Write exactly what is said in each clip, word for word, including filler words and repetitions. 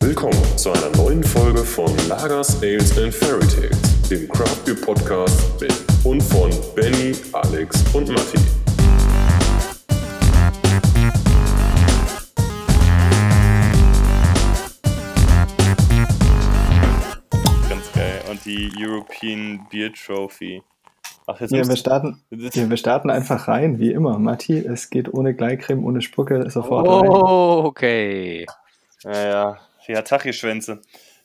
Willkommen zu einer neuen Folge von Lagers, Ales and Fairy Tales, dem Craft Beer Podcast mit und von Benny, Alex und Matti. Ganz geil. Und die European Beer Trophy. Ach, jetzt ja, wir starten, ja, wir starten einfach rein, wie immer. Matti, es geht ohne Gleicreme, ohne Spucke, sofort oh, rein. Oh, okay. Ja, ja. Ja, Tachi-Schwänze.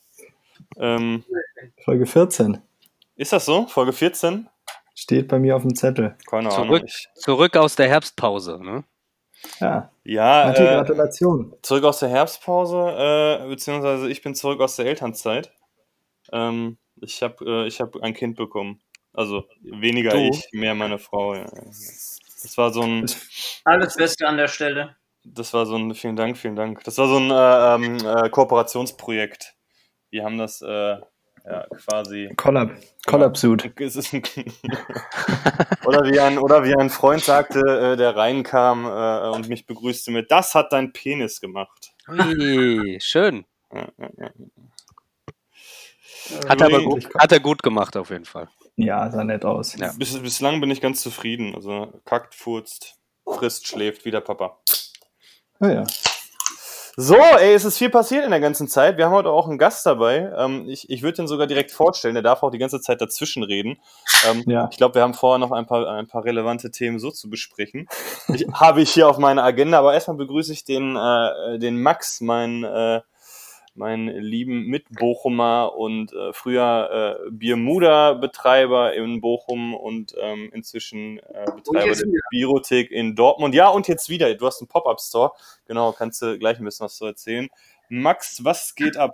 Ähm, Folge vierzehn. Ist das so? Folge vierzehn? Steht bei mir auf dem Zettel. Keine Zurück, Ahnung. Ich... zurück aus der Herbstpause, ne? Ja. Ja, Matti, äh, Gratulation. Zurück aus der Herbstpause, äh, beziehungsweise ich bin zurück aus der Elternzeit. Ähm, ich habe äh, ich hab ein Kind bekommen. Also weniger Du? ich, mehr meine Frau. Ja. Das war so ein... Alles Beste an der Stelle. Das war so ein, vielen Dank, vielen Dank. Das war so ein äh, ähm, äh, Kooperationsprojekt. Wir haben das äh, ja, quasi... Collab. Collab-Suit. Es ist ein oder, wie ein, oder wie ein Freund sagte, äh, der reinkam äh, und mich begrüßte mit, das hat dein Penis gemacht. Ui, schön. Ja, ja, ja. Hat, er aber gut, hat er gut gemacht auf jeden Fall. Ja, sah nett aus. Ja. Bis, bislang bin ich ganz zufrieden. Also kackt, furzt, frisst, schläft, wie der Papa. Oh ja. So, ey, es ist viel passiert in der ganzen Zeit. Wir haben heute auch einen Gast dabei. Ähm, ich ich würde den sogar direkt vorstellen. Der darf auch die ganze Zeit dazwischen reden. Ähm, Ja. Ich glaube, wir haben vorher noch ein paar, ein paar relevante Themen so zu besprechen. Ich, habe ich hier auf meiner Agenda. Aber erstmal begrüße ich den, äh, den Max, meinen äh, meinen lieben Mitbochumer und äh, früher äh, Biermuder-Betreiber in Bochum und ähm, inzwischen äh, Betreiber jetzt der wieder. Biothek in Dortmund. Ja, und jetzt wieder. Du hast einen Pop-Up-Store. Genau, kannst du gleich ein bisschen was zu erzählen. Max, was geht ab?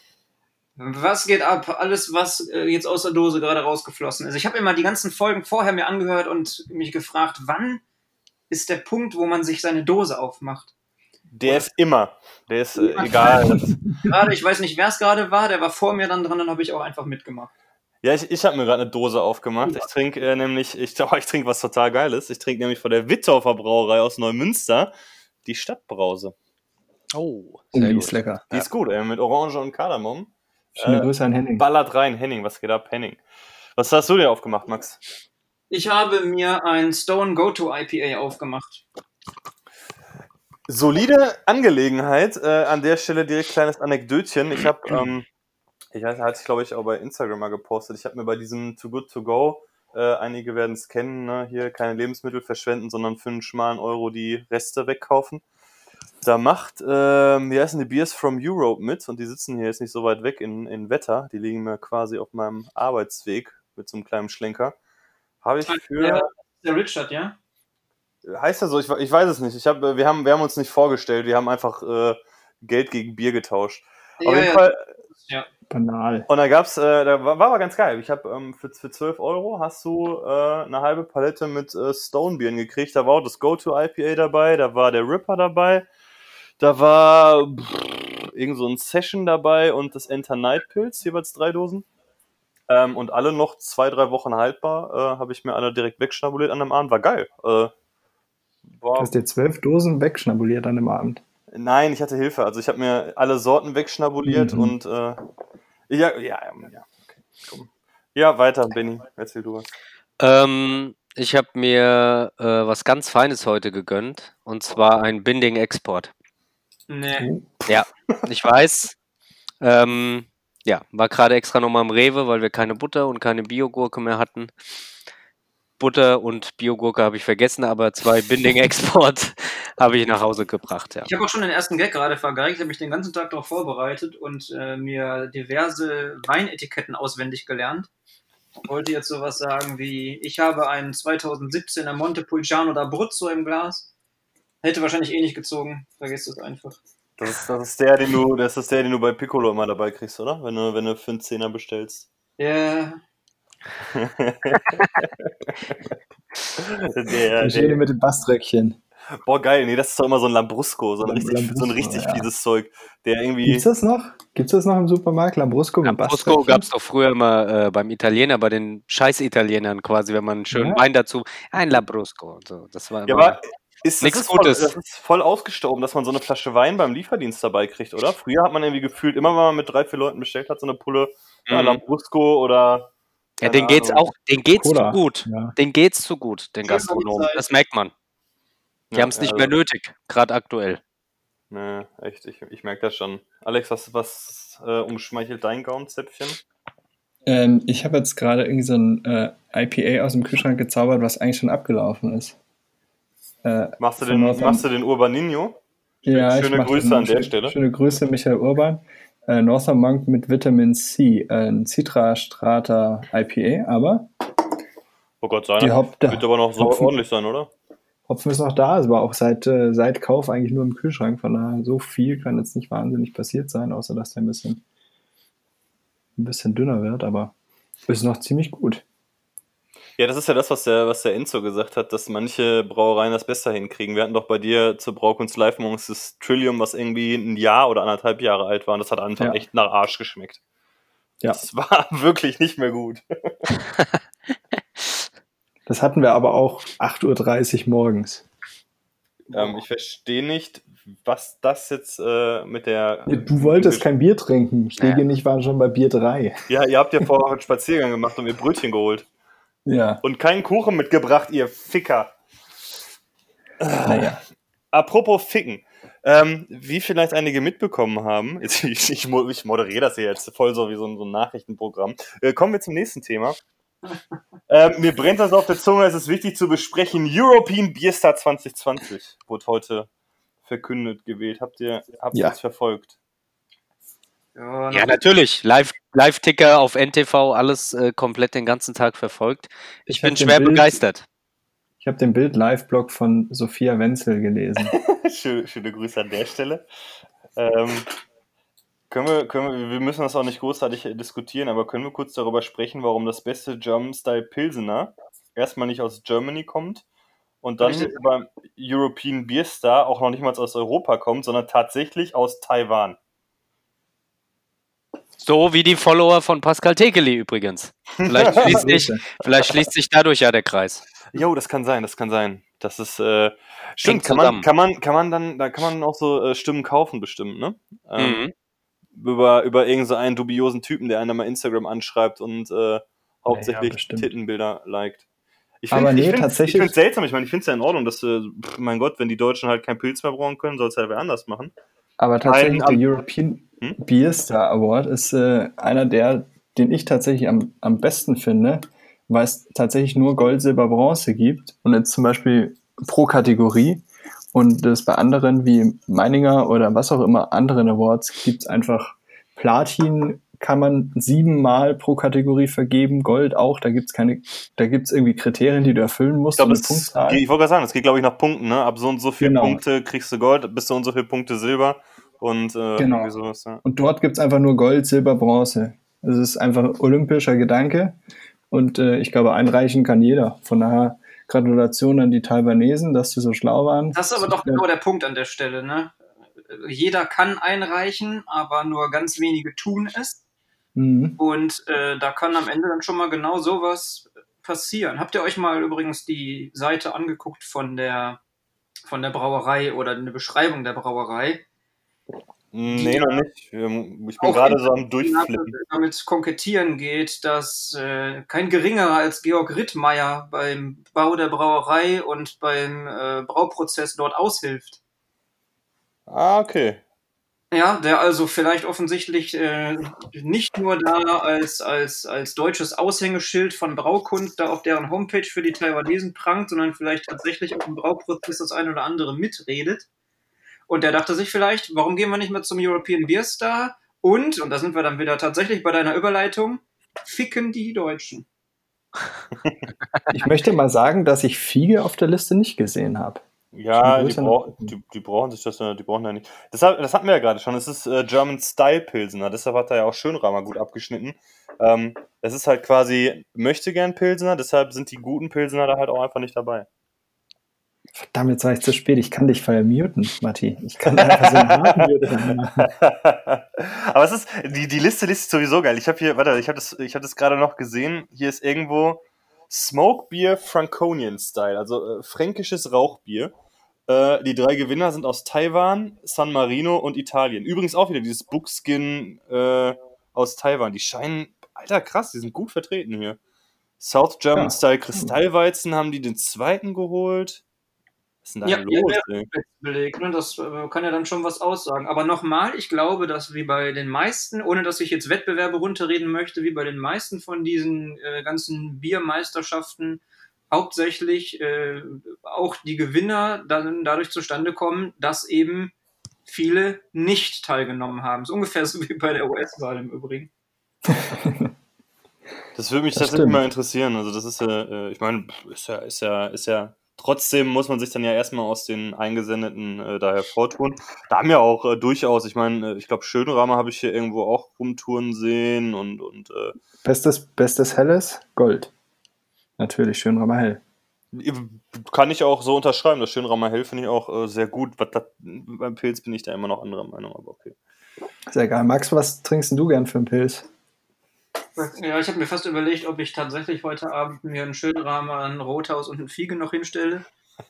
Was geht ab? Alles, was äh, jetzt aus der Dose gerade rausgeflossen ist. Ich habe immer die ganzen Folgen vorher mir angehört und mich gefragt, wann ist der Punkt, wo man sich seine Dose aufmacht? Der ist immer. Der ist äh, egal. Gerade, ich weiß nicht, wer es gerade war, der war vor mir dann dran, dann habe ich auch einfach mitgemacht. Ja, ich, ich habe mir gerade eine Dose aufgemacht. Ich trinke äh, nämlich, ich, ich trinke was total Geiles. Ich trinke nämlich von der Wittorfer Brauerei aus Neumünster die Stadtbrause. Oh, Oh, sehr die gut. ist lecker. Die ist gut, ey, mit Orange und Kardamom. Schöne Äh, Grüße an Henning. Ballert rein, Henning, was geht ab, Henning? Was hast du dir aufgemacht, Max? Ich habe mir ein Stone Go-To I P A aufgemacht. Solide Angelegenheit. Äh, an der Stelle direkt kleines Anekdötchen. Ich habe, ähm, ich weiß, hatte ich glaube ich auch bei Instagram mal gepostet. Ich habe mir bei diesem Too Good To Go, äh, einige werden es kennen, ne? Hier keine Lebensmittel verschwenden, sondern für einen schmalen Euro die Reste wegkaufen. Da macht, ähm, wie heißen die Beers from Europe mit und die sitzen hier jetzt nicht so weit weg in, in Wetter. Die liegen mir quasi auf meinem Arbeitsweg mit so einem kleinen Schlenker. Habe ich für... Der, der Richard, ja? Heißt er so? Ich, ich weiß es nicht. Ich hab, wir, haben, wir haben uns nicht vorgestellt. Wir haben einfach äh, Geld gegen Bier getauscht. Ja, Auf jeden ja. Fall. Ja. Banal. Und da gab's, äh, da war, war aber ganz geil. Ich habe ähm, für, für zwölf Euro hast du äh, eine halbe Palette mit äh, Stone-Bieren gekriegt. Da war auch das Go-To-I P A dabei, da war der Ripper dabei, da war pff, irgend so ein Session dabei und das Enter Night Pilz, jeweils drei Dosen. Ähm, und alle noch zwei, drei Wochen haltbar. Äh, habe ich mir alle direkt wegschnabuliert an dem Abend. War geil. Äh, Du war, hast dir zwölf Dosen wegschnabuliert an dem Abend. Nein, ich hatte Hilfe. Also ich habe mir alle Sorten wegschnabuliert Mhm. und äh, ja, ja, ja, ja, okay, komm. Ja, weiter, Benny, erzähl du was. Ähm, ich habe mir äh, was ganz Feines heute gegönnt. Und zwar ein Binding Export. Nee. Ja, ich weiß. Ähm, ja, war gerade extra nochmal im Rewe, weil wir keine Butter und keine Biogurke mehr hatten. Butter und Biogurke habe ich vergessen, aber zwei Binding Export habe ich nach Hause gebracht, ja. Ich habe auch schon den ersten Gag gerade vergeigt. Ich habe mich den ganzen Tag darauf vorbereitet und äh, mir diverse Weinetiketten auswendig gelernt. Ich wollte jetzt sowas sagen wie, ich habe einen zweitausendsiebzehner Montepulciano d'Abruzzo im Glas. Hätte wahrscheinlich eh nicht gezogen. Vergiss es einfach. Das ist, das ist der, den du, das ist der, den du bei Piccolo immer dabei kriegst, oder? Wenn du, wenn du für einen Zehner bestellst. Ja, der, Der Schöne der, mit dem Baströckchen. boah, geil, nee, das ist doch immer so ein Lambrusco, so ein richtig, Lambrusco, so ein richtig ja. fieses Zeug. Der irgendwie. Gibt's das noch? Gibt's das noch im Supermarkt? Lambrusco mit Lambrusco Baströckchen? gab es doch früher immer äh, beim Italiener, bei den Scheiß-Italienern quasi, wenn man einen schönen Ja. Wein dazu, ein Lambrusco und so. Das war Ja, immer, aber Ist, das, Nichts ist voll, Gutes. das ist voll ausgestorben, dass man so eine Flasche Wein beim Lieferdienst dabei kriegt, oder? Früher hat man irgendwie gefühlt, immer wenn man mit drei, vier Leuten bestellt hat, so eine Pulle ja, Mhm. Lambrusco oder. Ja, keine denen geht's Ahnung. auch, denen geht's zu Cola, gut. ja. Denen geht's zu gut, den Schön war die Gastronomen. Zeit. Das merkt man. Die Ja, haben es ja, nicht also, mehr nötig, gerade aktuell. Nee, echt, ich, ich merke das schon. Alex, was, was äh, umschmeichelt dein Gaumenzäpfchen? Ähm, ich habe jetzt gerade irgendwie so ein äh, I P A aus dem Kühlschrank gezaubert, was eigentlich schon abgelaufen ist. Äh, Machst du von den, Northern- machst du den Urbaninho? Ja, ich Schöne mach Grüße den- an der schön- Stelle. Schöne Grüße, Michael Urban. Äh, Northern Monk mit Vitamin C, äh, ein Citra Strata I P A, aber Oh Gott, seiner die Haupt- wird aber noch so Hopfen- ordentlich sein, oder? Hopfen ist noch da, es war auch seit, äh, seit Kauf eigentlich nur im Kühlschrank, von daher so viel kann jetzt nicht wahnsinnig passiert sein, außer dass der ein bisschen, ein bisschen dünner wird, aber ist noch ziemlich gut. Ja, das ist ja das, was der, was der Enzo gesagt hat, dass manche Brauereien das besser hinkriegen. Wir hatten doch bei dir zur Braukunst Live morgens das Trillium, was irgendwie ein Jahr oder anderthalb Jahre alt war und das hat einfach Ja. echt nach Arsch geschmeckt. Ja. Das war wirklich nicht mehr gut. Das hatten wir aber auch acht Uhr dreißig morgens. Ähm, ich verstehe nicht, was das jetzt äh, mit der... Du wolltest kein Bier trinken. Stege und ich waren schon bei Bier drei. Ja, ihr habt ja vorher einen Spaziergang gemacht und mir Brötchen geholt. Ja, Und keinen Kuchen mitgebracht, ihr Ficker. naja. Apropos Ficken. Ähm, wie vielleicht einige mitbekommen haben, jetzt, ich, ich, mo- ich moderiere das hier jetzt voll so wie so ein, so ein Nachrichtenprogramm. Äh, kommen wir zum nächsten Thema. Ähm, mir brennt das auf der Zunge, es ist wichtig zu besprechen. European Beer Star zwanzig zwanzig wurde heute verkündet, gewählt. Habt ihr habt ihr Ja. das verfolgt? Ja, Ja, natürlich. Live, Live-Ticker auf N T V, alles äh, komplett den ganzen Tag verfolgt. Ich, Ich hab bin den schwer Bild- begeistert. Ich habe den Bild-Live-Blog von Sophia Wenzel gelesen. schöne, schöne Grüße an der Stelle. Ähm, können wir, können wir, wir müssen das auch nicht großartig diskutieren, aber können wir kurz darüber sprechen, warum das beste German-Style Pilsener erstmal nicht aus Germany kommt und dann Richtig. beim European Beer Star auch noch nicht mal aus Europa kommt, sondern tatsächlich aus Taiwan. So wie die Follower von Pascal Tekeli übrigens. Vielleicht schließt, sich, vielleicht schließt sich dadurch ja der Kreis. Jo, das kann sein, das kann sein. Das ist äh, stimmt. Hängt Kann man, zusammen. kann man, kann man dann, da kann man auch so äh, Stimmen kaufen bestimmt, ne? Ähm, Mhm. Über über irgend so einen dubiosen Typen, der einen mal Instagram anschreibt und äh, hauptsächlich bestimmt. Tittenbilder liked. Ich Aber nee, ich find, tatsächlich- Ich finde es seltsam. Ich meine, ich finde es ja in Ordnung, dass äh, pff, mein Gott, wenn die Deutschen halt kein Pilz mehr brauchen können, soll es halt wer anders machen. Aber tatsächlich, Ein- der European Hm? Beer Star Award ist äh, einer der, den ich tatsächlich am, am besten finde, weil es tatsächlich nur Gold, Silber, Bronze gibt und jetzt zum Beispiel pro Kategorie und das bei anderen wie Meininger oder was auch immer anderen Awards gibt es einfach Platin kann man siebenmal pro Kategorie vergeben, Gold auch, da gibt's keine, da gibt's irgendwie Kriterien, die du erfüllen Ich musst, glaube, und eine das Punktzahl. ich wollte gerade sagen, das geht, glaube ich, nach Punkten, ne? Ab so und so viel Genau. Punkte kriegst du Gold, bis so und so viele Punkte Silber und äh, Genau. irgendwie sowas, ja. Und dort gibt's einfach nur Gold, Silber, Bronze. Es ist einfach ein olympischer Gedanke und äh, ich glaube, einreichen kann jeder. Von daher Gratulation an die Taiwanesen, dass sie so schlau waren. Das ist aber doch genau der Punkt an der Stelle, ne? Jeder kann einreichen, aber nur ganz wenige tun es. Mhm. Und äh, da kann am Ende dann schon mal genau sowas passieren. Habt ihr euch mal übrigens die Seite angeguckt von der, von der Brauerei oder eine Beschreibung der Brauerei? Nee, noch nicht. Ähm, Ich bin Auch gerade so am in- Durchflippen. damit kokettieren geht, dass äh, kein geringerer als Georg Rittmeier beim Bau der Brauerei und beim äh, Brauprozess dort aushilft. Ah, okay. Ja, der also vielleicht offensichtlich äh, nicht nur da als, als, als deutsches Aushängeschild von Braukunst da auf deren Homepage für die Taiwanesen prangt, sondern vielleicht tatsächlich auch im Brauprozess das ein oder andere mitredet. Und der dachte sich vielleicht, warum gehen wir nicht mehr zum European Beer Star? Und, und da sind wir dann wieder tatsächlich bei deiner Überleitung, ficken die Deutschen. Ich möchte mal sagen, dass ich Fiege auf der Liste nicht gesehen habe. Ja, Schon die, größer brauch, noch. die, die brauchen sich das ja, die brauchen ja nicht. Deshalb, das hatten wir ja gerade schon. Es ist äh, German Style Pilsener, deshalb hat er ja auch Schönramer gut abgeschnitten. Ähm, es ist halt quasi möchte gern Pilsener, deshalb sind die guten Pilsener da halt auch einfach nicht dabei. Verdammt, jetzt war ich zu spät. Ich kann dich vermuten, Matti. Ich kann einfach so einen harten machen. Aber es ist, die, die Liste ist sowieso geil. Ich habe hier, warte, ich habe das, ich habe das gerade noch gesehen. Hier ist irgendwo Smoke Beer Franconian Style, also äh, fränkisches Rauchbier. Äh, die drei Gewinner sind aus Taiwan, San Marino und Italien. Übrigens auch wieder dieses Bookskin äh, aus Taiwan. Die scheinen, alter krass, die sind gut vertreten hier. South German Ja. Style Kristallweizen haben die den zweiten geholt. Was ist denn da Ja, denn ja, los, ja. ey? belegt. Ne? Das äh, kann ja dann schon was aussagen. Aber nochmal, ich glaube, dass wie bei den meisten, ohne dass ich jetzt Wettbewerbe runterreden möchte, wie bei den meisten von diesen äh, ganzen Biermeisterschaften hauptsächlich äh, auch die Gewinner dann dadurch zustande kommen, dass eben viele nicht teilgenommen haben. So ungefähr so wie bei der U S-Wahl im Übrigen. Das würde mich Das tatsächlich stimmt. mal interessieren. Also das ist ja, äh, ich meine, ist ja, ist ja, ist ja, trotzdem muss man sich dann ja erstmal aus den Eingesendeten äh, da hervortun. Da haben ja auch äh, durchaus, ich meine, äh, ich glaube, Schönramer habe ich hier irgendwo auch rumtouren sehen und, und äh, Bestes, bestes Helles? Gold. Natürlich, Schönramer Hell. kann ich auch so unterschreiben. Das Schönramer Hell finde ich auch äh, sehr gut. Was das, beim Pilz bin ich da immer noch anderer Meinung, aber okay. Sehr geil. Max, was trinkst denn du gern für einen Pilz? Ja, ich habe mir fast überlegt, ob ich tatsächlich heute Abend mir einen Schönramer, ein Rothaus und ein Fiege noch hinstelle.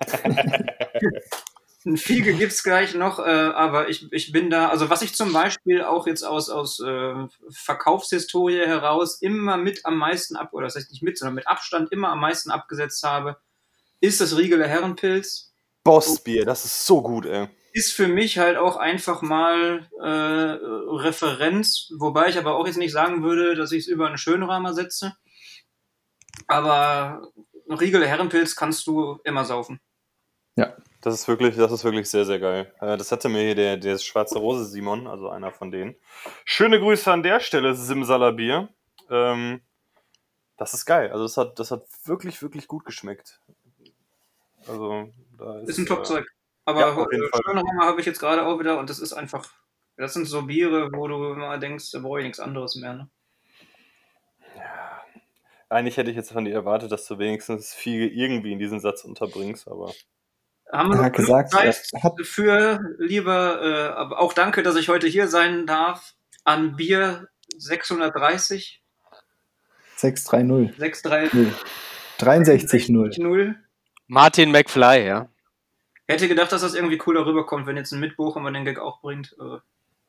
Ein Fiege gibt es gleich noch, äh, aber ich, ich bin da, also was ich zum Beispiel auch jetzt aus, aus äh, Verkaufshistorie heraus immer mit am meisten ab, oder das heißt nicht mit, sondern mit Abstand immer am meisten abgesetzt habe, ist das Riegeler Herrenpilz. Bossbier, das ist so gut, ey. Ist für mich halt auch einfach mal äh, Referenz, wobei ich aber auch jetzt nicht sagen würde, dass ich es über einen Schönramer setze. Aber Riegeler Herrenpilz kannst du immer saufen. Ja. Das ist wirklich, das ist wirklich sehr, sehr geil. Äh, das hatte mir hier der, der Schwarze Rose Simon, also einer von denen. Schöne Grüße an der Stelle, Simsalabir. Ähm, das ist geil. Also das hat, das hat wirklich, wirklich gut geschmeckt. Also da ist, Ist ein äh, Top-Zeug. Aber ja, auf jeden äh, Fall. Schönramer habe ich jetzt gerade auch wieder und das ist einfach, das sind so Biere, wo du immer denkst, da brauche ich nichts anderes mehr. Ne? Eigentlich hätte ich jetzt von dir erwartet, dass du wenigstens Fiege irgendwie in diesen Satz unterbringst, aber Haben wir Er noch hat gesagt, genug er Zeit hat für, lieber, äh, aber auch danke, dass ich heute hier sein darf, an Bier sechshundertdreißig, sechs drei null. sechs drei Nee, dreiundsechzig null. null. Martin McFly, ja. Hätte gedacht, dass das irgendwie cooler rüberkommt, wenn jetzt ein Mitbochumer den Gag auch bringt. Äh,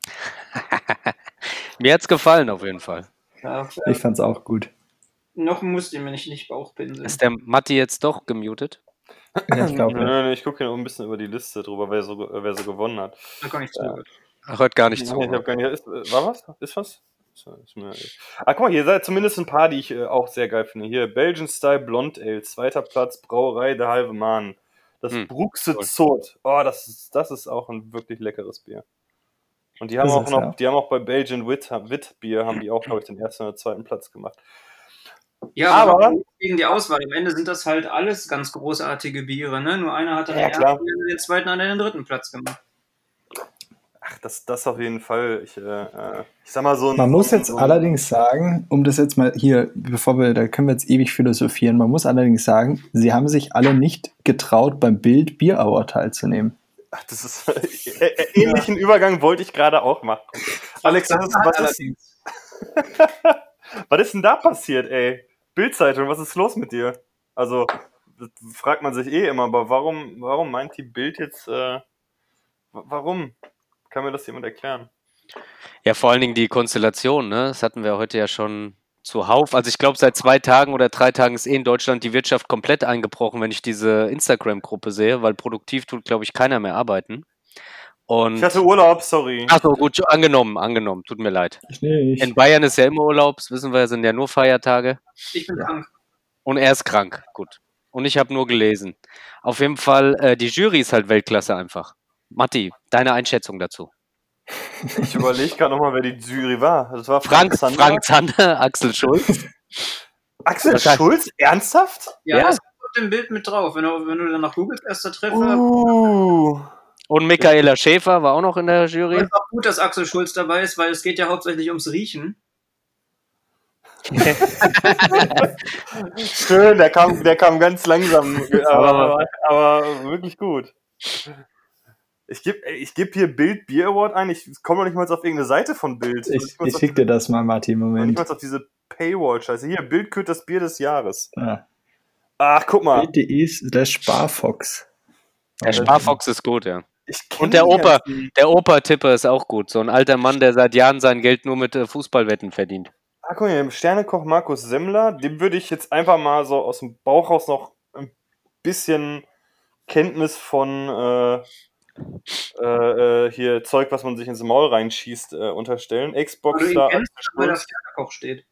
Mir hat's gefallen auf jeden Fall. ja, Ich fand's auch gut. noch musst ihr mir nicht, nicht Bauchpinseln. Ist der Matti jetzt doch gemutet? Ja, ich Nein, glaube. nein, nein, ich gucke hier noch ein bisschen über die Liste drüber, wer so, äh, wer so gewonnen hat. Da kann ich zugehört. Ach, hört gar nicht zu. Nein, ich hab gar nicht, ist, äh, war was? Ist was? Ist, ist mir, ah, guck mal, hier seid zumindest ein paar, die ich äh, auch sehr geil finde. Hier, Belgian Style Blond Ale, zweiter Platz, Brauerei Der Halve Mann. Das Hm, Bruxe cool. Zot. Oh, das ist, das ist auch ein wirklich leckeres Bier. Und die haben Ist auch es, noch, ja. die haben auch bei Belgian Wit, Wit Bier, haben die auch, glaube ich, den ersten oder zweiten Platz gemacht. Ja, Aber- aber gegen die Auswahl. Am Ende sind das halt alles ganz großartige Biere. Ne? Nur einer hat dann Ja, den klar. ersten, den zweiten hat den dritten Platz gemacht. Ach, das, das auf jeden Fall. Ich, äh, äh, ich sag mal so ein. Man muss so, jetzt so, allerdings sagen, um das jetzt mal hier, bevor wir, da können wir jetzt ewig philosophieren, man muss allerdings sagen, sie haben sich alle nicht getraut, beim Bild Bier Award teilzunehmen. Ach, das ist äh, äh, ähnlichen Übergang wollte ich gerade auch machen. Alex, was ist, was, ist, Allerdings. was ist denn da passiert, ey? Bildzeitung, was ist los mit dir? Also, das fragt man sich eh immer, aber warum, warum meint die Bild jetzt, äh, wa- warum? Kann mir das jemand erklären? Ja, vor allen Dingen die Konstellation, ne? Das hatten wir heute ja schon zuhauf. Also ich glaube, seit zwei Tagen oder drei Tagen ist eh in Deutschland die Wirtschaft komplett eingebrochen, wenn ich diese Instagram-Gruppe sehe, weil produktiv tut, glaube ich, keiner mehr arbeiten. Und Ich hatte Urlaub, sorry. ach so, gut, angenommen, angenommen, tut mir leid. Ich nicht. In Bayern ist ja immer Urlaub, das wissen wir, sind ja nur Feiertage. Ich bin krank. Und er ist krank, gut. Und ich habe nur gelesen. Auf jeden Fall, äh, die Jury ist halt Weltklasse einfach. Matti, deine Einschätzung dazu? Ich überlege gerade nochmal, wer die Jury war. Das war Frank, Zander. Frank Zander, Axel Schulz. Axel Wahrscheinlich. Schulz? Ernsthaft? Ja, Ja. das ist auf dem Bild mit drauf. Wenn du, wenn du dann nach Googles erster Treffer, Uh. Und Michaela Schäfer war auch noch in der ist Jury. auch gut, dass Axel Schulz dabei ist, weil es geht ja hauptsächlich ums Riechen. Schön, der kam, der kam ganz langsam, aber, aber, aber wirklich gut. Ich gebe ich geb hier Bild Bier Award ein, ich komme noch nicht mal auf irgendeine Seite von Bild. Ich, Nicht mal ich auf- schick dir das mal, Martin, noch nicht Moment. mal auf diese Paywall-Scheiße. Hier, Bild kürt das Bier des Jahres. Ja. Ach, guck mal. Bild.de slash Sparfox. Der Sparfox ist gut, ja. Ich kenn Und der die Opa, ganzen- der Opa-Tipper ist auch gut. So ein alter Mann, der seit Jahren sein Geld nur mit äh, Fußballwetten verdient. Ah, guck mal, hier, Sternekoch Markus Semmler, dem würde ich jetzt einfach mal so aus dem Bauch raus noch ein bisschen Kenntnis von äh, äh, äh, hier Zeug, was man sich ins Maul reinschießt, äh, unterstellen. Weil du ihn Xboxer. kennst, weil der Sternekoch steht.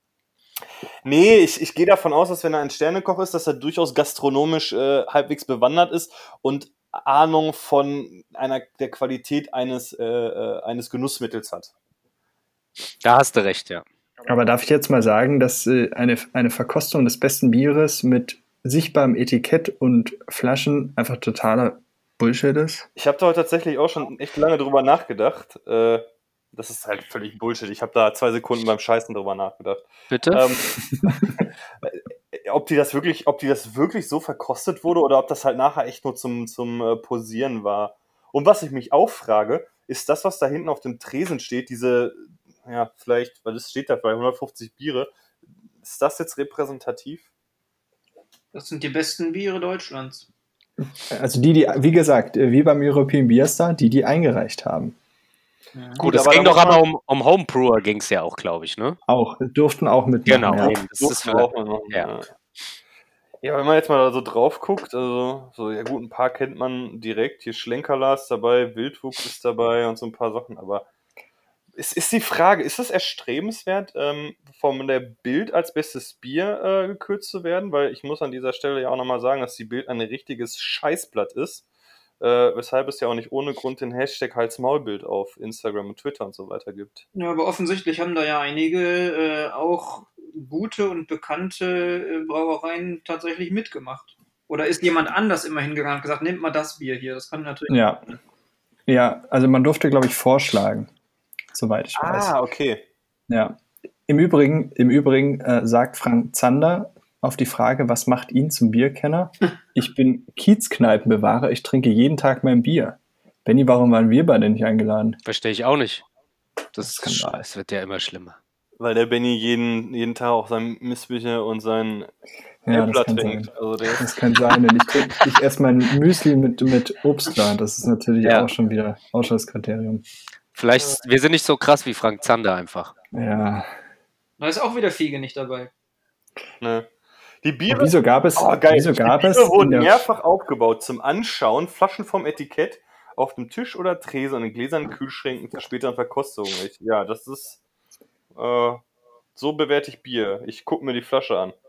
Nee, ich, ich gehe davon aus, dass wenn er ein Sternekoch ist, dass er durchaus gastronomisch äh, halbwegs bewandert ist und Ahnung von einer der Qualität eines, äh, äh, eines Genussmittels hat. Da hast du recht, ja. Aber darf ich jetzt mal sagen, dass äh, eine, eine Verkostung des besten Bieres mit sichtbarem Etikett und Flaschen einfach totaler Bullshit ist? Ich habe da heute tatsächlich auch schon echt lange drüber nachgedacht. Äh, das ist halt völlig Bullshit. Ich habe da zwei Sekunden beim Scheißen drüber nachgedacht. Bitte? Ähm, ob die das wirklich, ob die das wirklich so verkostet wurde oder ob das halt nachher echt nur zum, zum äh, Posieren war. Und was ich mich auch frage, ist das, was da hinten auf dem Tresen steht, diese, ja, vielleicht, weil es steht da bei hundertfünfzig Biere, ist das jetzt repräsentativ? Das sind die besten Biere Deutschlands. Also die, die, wie gesagt, äh, wie beim European Beer Star, die, die eingereicht haben. Ja. Gut, es aber ging da doch muss aber man- um, um Homebrewer ging es ja auch, glaube ich, ne? Auch, durften auch mitmachen. Genau, Ja. eben. Das ist Durften wir auch für, mal machen, ja. ja. Ja, wenn man jetzt mal da so drauf guckt, also, so, ja gut, ein paar kennt man direkt. Hier Schlenkerla ist dabei, Wildwuchs ist dabei und so ein paar Sachen, aber es ist die Frage, ist es erstrebenswert, ähm, von der Bild als bestes Bier äh, gekürzt zu werden? Weil ich muss an dieser Stelle ja auch nochmal sagen, dass die Bild ein richtiges Scheißblatt ist, äh, weshalb es ja auch nicht ohne Grund den Hashtag Hals-Maul-Bild auf Instagram und Twitter und so weiter gibt. Ja, aber offensichtlich haben da ja einige äh, auch gute und bekannte äh, Brauereien tatsächlich mitgemacht. Oder ist jemand anders immer hingegangen und gesagt, nehmt mal das Bier hier. Das kann natürlich. Ja. Ja, also man durfte, glaube ich, vorschlagen, soweit ich weiß. Ah, okay. Ja. Im Übrigen, im Übrigen äh, sagt Frank Zander auf die Frage, was macht ihn zum Bierkenner? Ich bin Kiezkneipenbewahrer, ich trinke jeden Tag mein Bier. Benni, warum waren wir beide nicht eingeladen? Verstehe ich auch nicht. Das, Das ist Skandal. es wird ja immer schlimmer. Weil der Benny jeden, jeden Tag auch sein Mistbier und sein Ja, das Äppler kann trinkt. sein. Also der ist Das kann sein. Und ich, trinke- ich esse mein Müsli mit, mit Obst da. Das ist natürlich Ja. auch schon wieder Ausschlusskriterium. Vielleicht, wir sind nicht so krass wie Frank Zander einfach. Ja. Da ist auch wieder Fiege nicht dabei. Ne. Die Und Biere, wieso gab es, oh, geil. wieso gab die es Biere wurden in der, mehrfach aufgebaut zum Anschauen, Flaschen vom Etikett auf dem Tisch oder Tresen und in Gläsern, Kühlschränken zur späteren Verkostung. Ich, ja, das ist äh, so bewerte ich Bier. Ich gucke mir die Flasche an.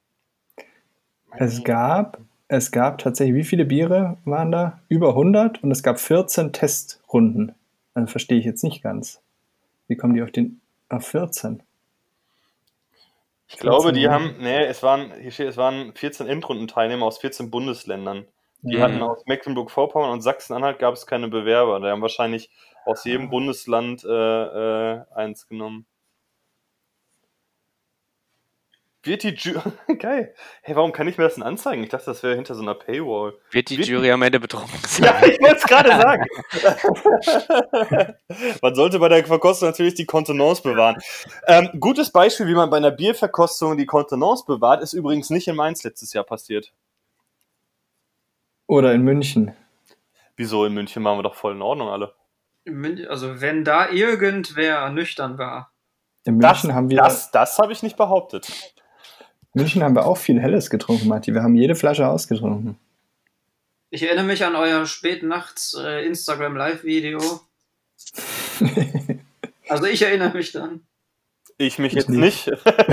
es gab, es gab tatsächlich, wie viele Biere waren da? Über hundert und es gab vierzehn Testrunden. Also verstehe ich jetzt nicht ganz. Wie kommen die auf den, auf vierzehn? Ich glaube, die vierzehn haben, nee, es waren, hier steht, es waren vierzehn Endrundenteilnehmer aus vierzehn Bundesländern. Die Mhm. hatten aus Mecklenburg-Vorpommern und Sachsen-Anhalt gab es keine Bewerber. Die haben wahrscheinlich aus jedem Bundesland äh, äh, eins genommen. Wird die Jury. Geil. Hey, warum kann ich mir das denn anzeigen? Ich dachte, das wäre hinter so einer Paywall. Wird die Wird- Jury am Ende betrunken sein? Ja, ich wollte es gerade sagen. Man sollte bei der Verkostung natürlich die Kontenance bewahren. Ähm, gutes Beispiel, wie man bei einer Bierverkostung die Kontenance bewahrt, ist übrigens nicht in Mainz letztes Jahr passiert. Oder in München. Wieso? In München waren wir doch voll in Ordnung alle. Also wenn da irgendwer nüchtern war. In Das, München haben wir, das, das habe ich nicht behauptet. München haben wir auch viel Helles getrunken, Matti. Wir haben jede Flasche ausgetrunken. Ich erinnere mich an euer spätnachts äh, Instagram Live-Video. Also ich erinnere mich dann. Ich mich Ich jetzt nicht.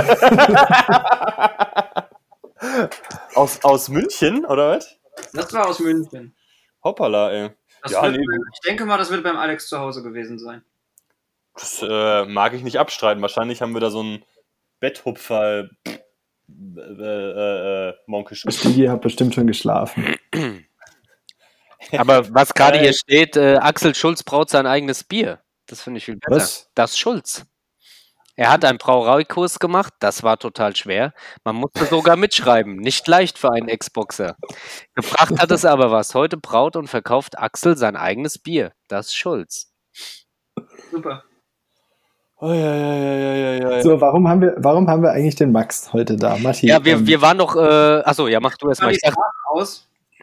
aus, aus München, oder was? Das war aus München. Hoppala, ey. Das Ja, wird, nee. Ich denke mal, das wird beim Alex zu Hause gewesen sein. Das äh, mag ich nicht abstreiten. Wahrscheinlich haben wir da so einen Betthupfer äh, äh, äh, Monkisch. Stigi hat bestimmt schon geschlafen. Aber was gerade Äh. hier steht, äh, Axel Schulz braut sein eigenes Bier. Das finde ich viel besser. Was? Das Schulz. Er hat einen Brauereikurs gemacht, das war total schwer. Man musste sogar mitschreiben, nicht leicht für einen Ex-Boxer. Gebracht hat es aber was. Heute braut und verkauft Axel sein eigenes Bier, das Schulz. Super. Oh, ja, ja, ja, ja, ja, ja. So, warum haben wir, warum haben wir eigentlich den Max heute da? Matti, Ja, wir, ähm, wir waren noch, äh, achso, ja, mach du erst mal. Ich dachte, aus.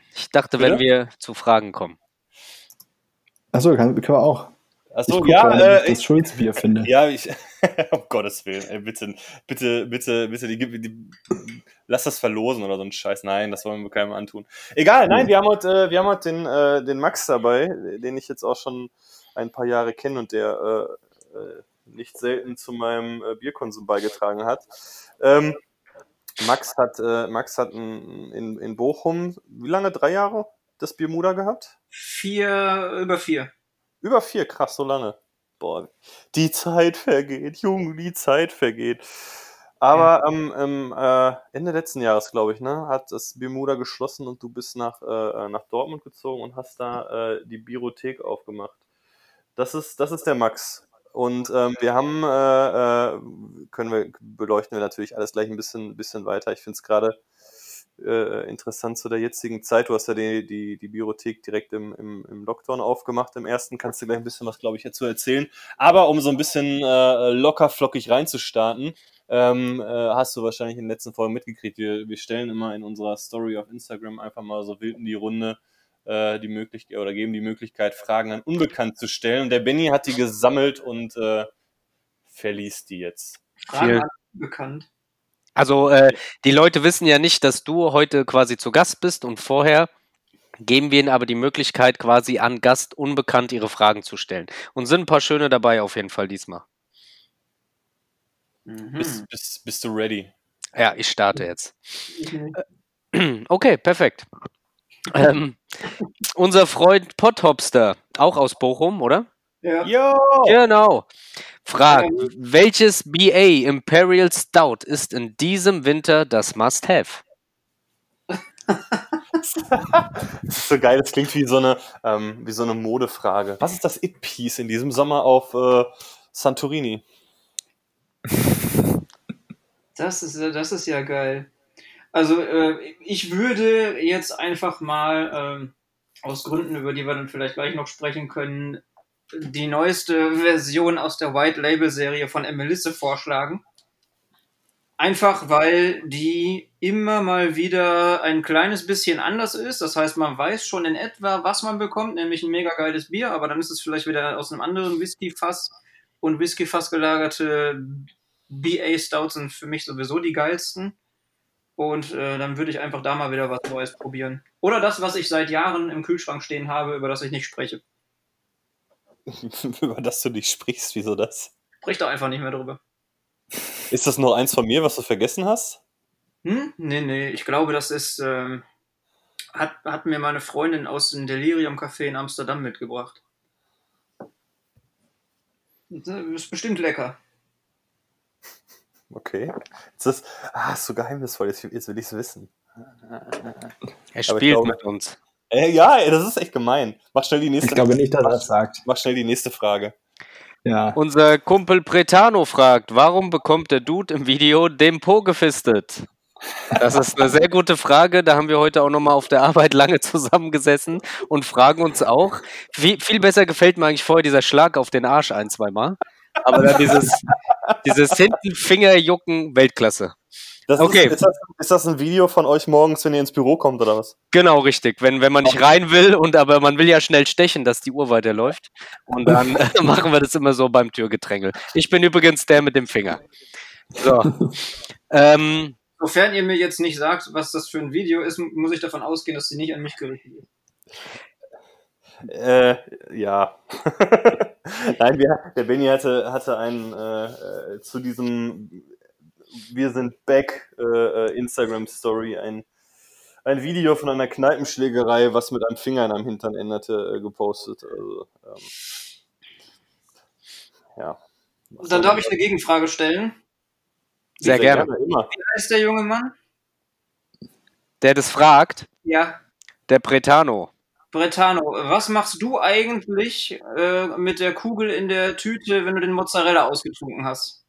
Ich dachte, Bitte? wenn wir zu Fragen kommen. Achso, kann, können wir auch. Ich Achso, guck ja, gerade, wie ich äh, das Schulzbier finde. ja, ich, um Gottes Willen, ey, bitte, bitte, bitte, bitte, die, die, lass das verlosen oder so ein Scheiß. Nein, das wollen wir keinem antun. Egal, nein, wir haben heute, äh, wir haben heute den, äh, den Max dabei, den ich jetzt auch schon ein paar Jahre kenne und der äh, äh, nicht selten zu meinem äh, Bierkonsum beigetragen hat. Ähm, Max hat, äh, Max hat in, in, in Bochum, wie lange, drei Jahre das Biermuda gehabt? Vier, über vier. Über vier, krass, so lange. Boah, die Zeit vergeht, Junge, die Zeit vergeht. Aber am ähm, äh, Ende letzten Jahres, glaube ich, ne, hat das Biermuda geschlossen und du bist nach, äh, nach Dortmund gezogen und hast da äh, die Biothek aufgemacht. Das ist, das ist der Max. Und ähm, wir haben, äh, äh, können wir, beleuchten wir natürlich alles gleich ein bisschen, bisschen weiter. Ich finde es gerade äh, interessant zu der jetzigen Zeit. Du hast ja die, die, die Biothek direkt im, im, im Lockdown aufgemacht, im ersten. Kannst du gleich ein bisschen was, glaube ich, dazu erzählen. Aber um so ein bisschen äh, locker flockig reinzustarten, ähm, äh, hast du wahrscheinlich in den letzten Folgen mitgekriegt. Wir, wir stellen immer in unserer Story auf Instagram einfach mal so wild in die Runde äh, die Möglichkeit oder geben die Möglichkeit, Fragen an Unbekannt zu stellen. Und der Benny hat die gesammelt und äh, verliest die jetzt. Fragen Viel- an bekannt. Also äh, die Leute wissen ja nicht, dass du heute quasi zu Gast bist und vorher geben wir ihnen aber die Möglichkeit, quasi an Gast unbekannt ihre Fragen zu stellen. Und sind ein paar schöne dabei auf jeden Fall diesmal. Mhm. Bist, bist, bist du ready? Ja, ich starte jetzt. Ich nicht. Okay, perfekt. Ähm, unser Freund Potthopster, auch aus Bochum, oder? Ja. Jo! Genau. Fragt, welches B A Imperial Stout ist in diesem Winter das Must-Have? Das ist so geil, das klingt wie so eine, ähm, wie so eine Modefrage. Was ist das It-Piece in diesem Sommer auf äh, Santorini? Das ist, ja- das ist ja geil. Also, äh, ich würde jetzt einfach mal, ähm, aus Gründen, über die wir dann vielleicht gleich noch sprechen können, die neueste Version aus der White Label Serie von Emelisse vorschlagen. Einfach weil die immer mal wieder ein kleines bisschen anders ist. Das heißt, man weiß schon in etwa, was man bekommt, nämlich ein mega geiles Bier, aber dann ist es vielleicht wieder aus einem anderen Whisky-Fass. Und Whisky-Fass gelagerte B A-Stouts sind für mich sowieso die geilsten. Und äh, dann würde ich einfach da mal wieder was Neues probieren. Oder das, was ich seit Jahren im Kühlschrank stehen habe, über das ich nicht spreche. Über das du nicht sprichst, wieso das? Sprich doch einfach nicht mehr drüber. Ist das noch eins von mir, was du vergessen hast? Hm? Nee, nee, ich glaube, das ist, ähm, hat, hat mir meine Freundin aus dem Delirium Café in Amsterdam mitgebracht. Das ist bestimmt lecker. Okay. Ist das, ah, ist so geheimnisvoll, jetzt, jetzt will ich es wissen. Er ich spielt glaube- mit uns. Äh, ja, ey, das ist echt gemein. Mach schnell die nächste, Ich glaube nicht, dass er das sagt. mach schnell die nächste Frage. Ja. Unser Kumpel Pretano fragt, warum bekommt der Dude im Video den Po gefistet? Das ist eine sehr gute Frage. Da haben wir heute auch nochmal auf der Arbeit lange zusammengesessen und fragen uns auch. Wie, viel besser gefällt mir eigentlich vorher dieser Schlag auf den Arsch ein, zweimal. Aber dann dieses, dieses hinten Fingerjucken, Weltklasse. Das Okay. ist, ist, das, ist das ein Video von euch morgens, wenn ihr ins Büro kommt, oder was? Genau, richtig. Wenn, wenn man nicht rein will, und aber man will ja schnell stechen, dass die Uhr weiterläuft. Und dann äh, machen wir das immer so beim Türgedrängel. Ich bin übrigens der mit dem Finger. So. ähm, Sofern ihr mir jetzt nicht sagt, was das für ein Video ist, muss ich davon ausgehen, dass sie nicht an mich gerichtet ist. Äh, ja. Nein, wir, der Benny hatte, hatte einen äh, äh, zu diesem Wir sind back äh, äh, Instagram-Story ein, ein Video von einer Kneipenschlägerei, was mit einem Finger in einem Hintern änderte, äh, gepostet. Also, ähm, ja. Dann darf ich eine Gegenfrage stellen. sehr gerne. Immer. Wie heißt der junge Mann? Der das fragt, Ja, der Pretano. Bretano, was machst du eigentlich äh, mit der Kugel in der Tüte, wenn du den Mozzarella ausgetrunken hast?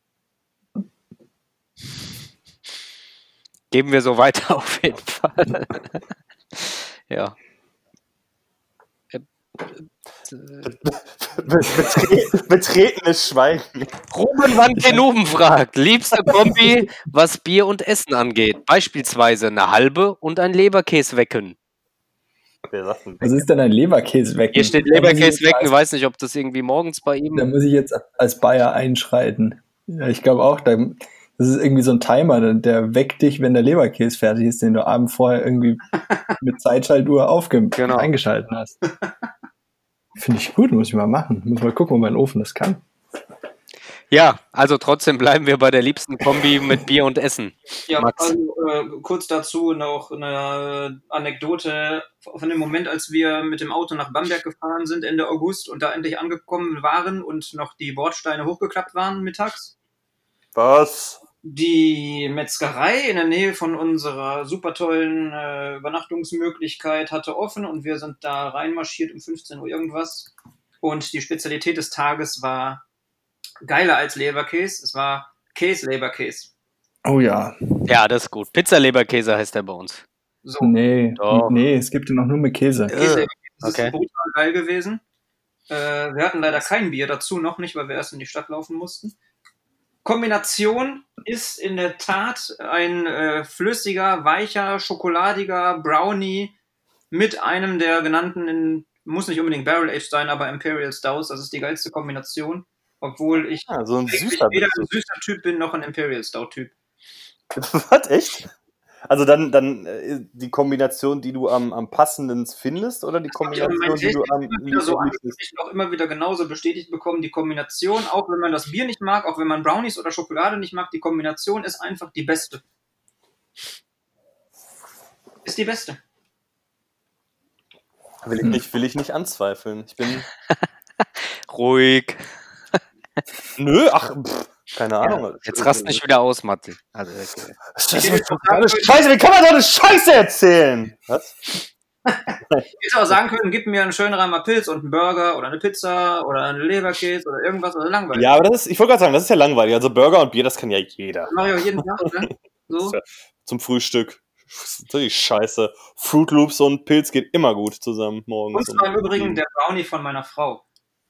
Geben wir so weiter auf jeden Fall. Ja. Betre betretenes Schweigen. Ruben van Kenuben fragt, liebste Kombi, was Bier und Essen angeht. Beispielsweise eine halbe und ein Leberkäse wecken. Wer sagt denn Was weg? ist denn ein Leberkäse weg? Hier steht Da muss ich Leberkäse jetzt weg. Ich als- weiß nicht, ob das irgendwie morgens bei Da ihm. muss ich jetzt als Bayer einschreiten. Ja, ich glaube auch, da, das ist irgendwie so ein Timer, der, der weckt dich, wenn der Leberkäse fertig ist, den du abend vorher irgendwie mit Zeitschaltuhr aufge Genau. eingeschalten hast. Finde ich gut, muss ich mal machen. Muss mal gucken, ob mein Ofen das kann. Ja, also trotzdem bleiben wir bei der liebsten Kombi mit Bier und Essen. Ja, Max. also äh, kurz dazu noch eine Anekdote von dem Moment, als wir mit dem Auto nach Bamberg gefahren sind Ende August und da endlich angekommen waren und noch die Bordsteine hochgeklappt waren mittags. Was? Die Metzgerei in der Nähe von unserer super tollen äh, Übernachtungsmöglichkeit hatte offen und wir sind da reinmarschiert um fünfzehn Uhr irgendwas. Und die Spezialität des Tages war geiler als Leberkäse. Es war Käse-Leberkäse. Oh ja. Ja, das ist gut. Pizza-Leberkäse heißt der bei uns. So, Nee, Doch. nee, es gibt den noch nur mit Käse. Käse-Leberkäse. Das Okay. ist brutal geil gewesen. Äh, wir hatten leider kein Bier dazu, noch nicht, weil wir erst in die Stadt laufen mussten. Kombination ist in der Tat ein äh, flüssiger, weicher, schokoladiger Brownie mit einem der genannten, in, muss nicht unbedingt Barrel Aged sein, aber Imperial Stouts. Das ist die geilste Kombination. Obwohl ich Ah, so ein eigentlich süßer weder bist ein du. süßer Typ bin, noch ein Imperial Stout Typ. Was, echt? Also dann, dann äh, die Kombination, die du am, am passenden findest, oder die Ja, mein Kombination, die du Tasting am ist immer wieder so liebsten? angepricht, auch immer wieder genauso bestätigt bekommen. Die Kombination, auch wenn man das Bier nicht mag, auch wenn man Brownies oder Schokolade nicht mag, die Kombination ist einfach die beste. Ist die beste. Will ich nicht, will ich nicht anzweifeln. Ich bin. Ruhig. Nö, ach, pff, keine Ahnung. Jetzt rast nicht wieder aus, Matti. Also, okay. Das ist totale Scheiße, wie kann man so eine Scheiße erzählen? Was? Ich hätte auch sagen können, gib mir einen schönen Reimer Pilz und einen Burger oder eine Pizza oder eine Leberkäse oder irgendwas oder langweilig. Ja, aber das ist, ich wollte gerade sagen, das ist ja langweilig. Also Burger und Bier, das kann ja jeder. Das mache ich auch jeden Tag, ne? So. Zum Frühstück. Das ist die Scheiße. Fruit Loops und Pilz geht immer gut zusammen morgens. Und zwar im Übrigen der Brownie von meiner Frau.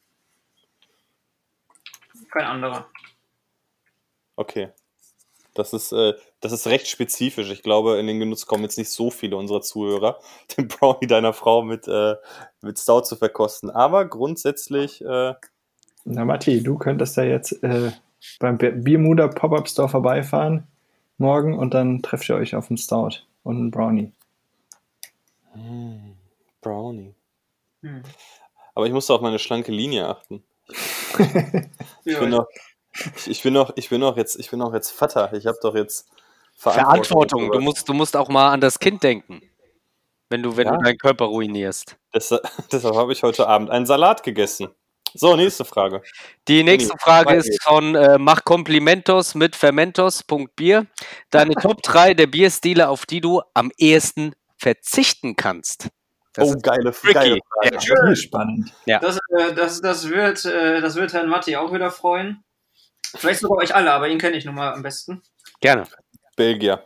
Kein anderer. Okay. Das ist, äh, das ist recht spezifisch. Ich glaube, in den Genuss kommen jetzt nicht so viele unserer Zuhörer, den Brownie deiner Frau mit, äh, mit Stout zu verkosten. Aber grundsätzlich, äh, Na, Matti, du könntest ja jetzt äh, beim Bi- Biermuder Pop-Up Store vorbeifahren morgen und dann trefft ihr euch auf einen Stout und einen Brownie. mm, Brownie. Hm. Aber ich musste auf meine schlanke Linie achten. Ich Ja, bin noch, ich, ich bin noch, ich bin noch jetzt, ich bin noch jetzt Vater. Ich habe doch jetzt Verantwortung. Du sowas. musst, du musst auch mal an das Kind denken. Wenn du, wenn Ja. du deinen Körper ruinierst. Deshalb, deshalb habe ich heute Abend einen Salat gegessen. So, nächste Frage. Die nächste Benni, Frage weiter ist geht's. von äh, Mach Complimentos mit Fermentos.bier. Deine Top drei der Bierstile, auf die du am ehesten verzichten kannst. Das Oh, ist geile, tricky. geile Frage. Ja. Schon spannend. Das, äh, das, das, wird, äh, das wird Herrn Matti auch wieder freuen. Vielleicht sogar euch alle, aber ihn kenne ich nun mal am besten. Gerne. Belgier.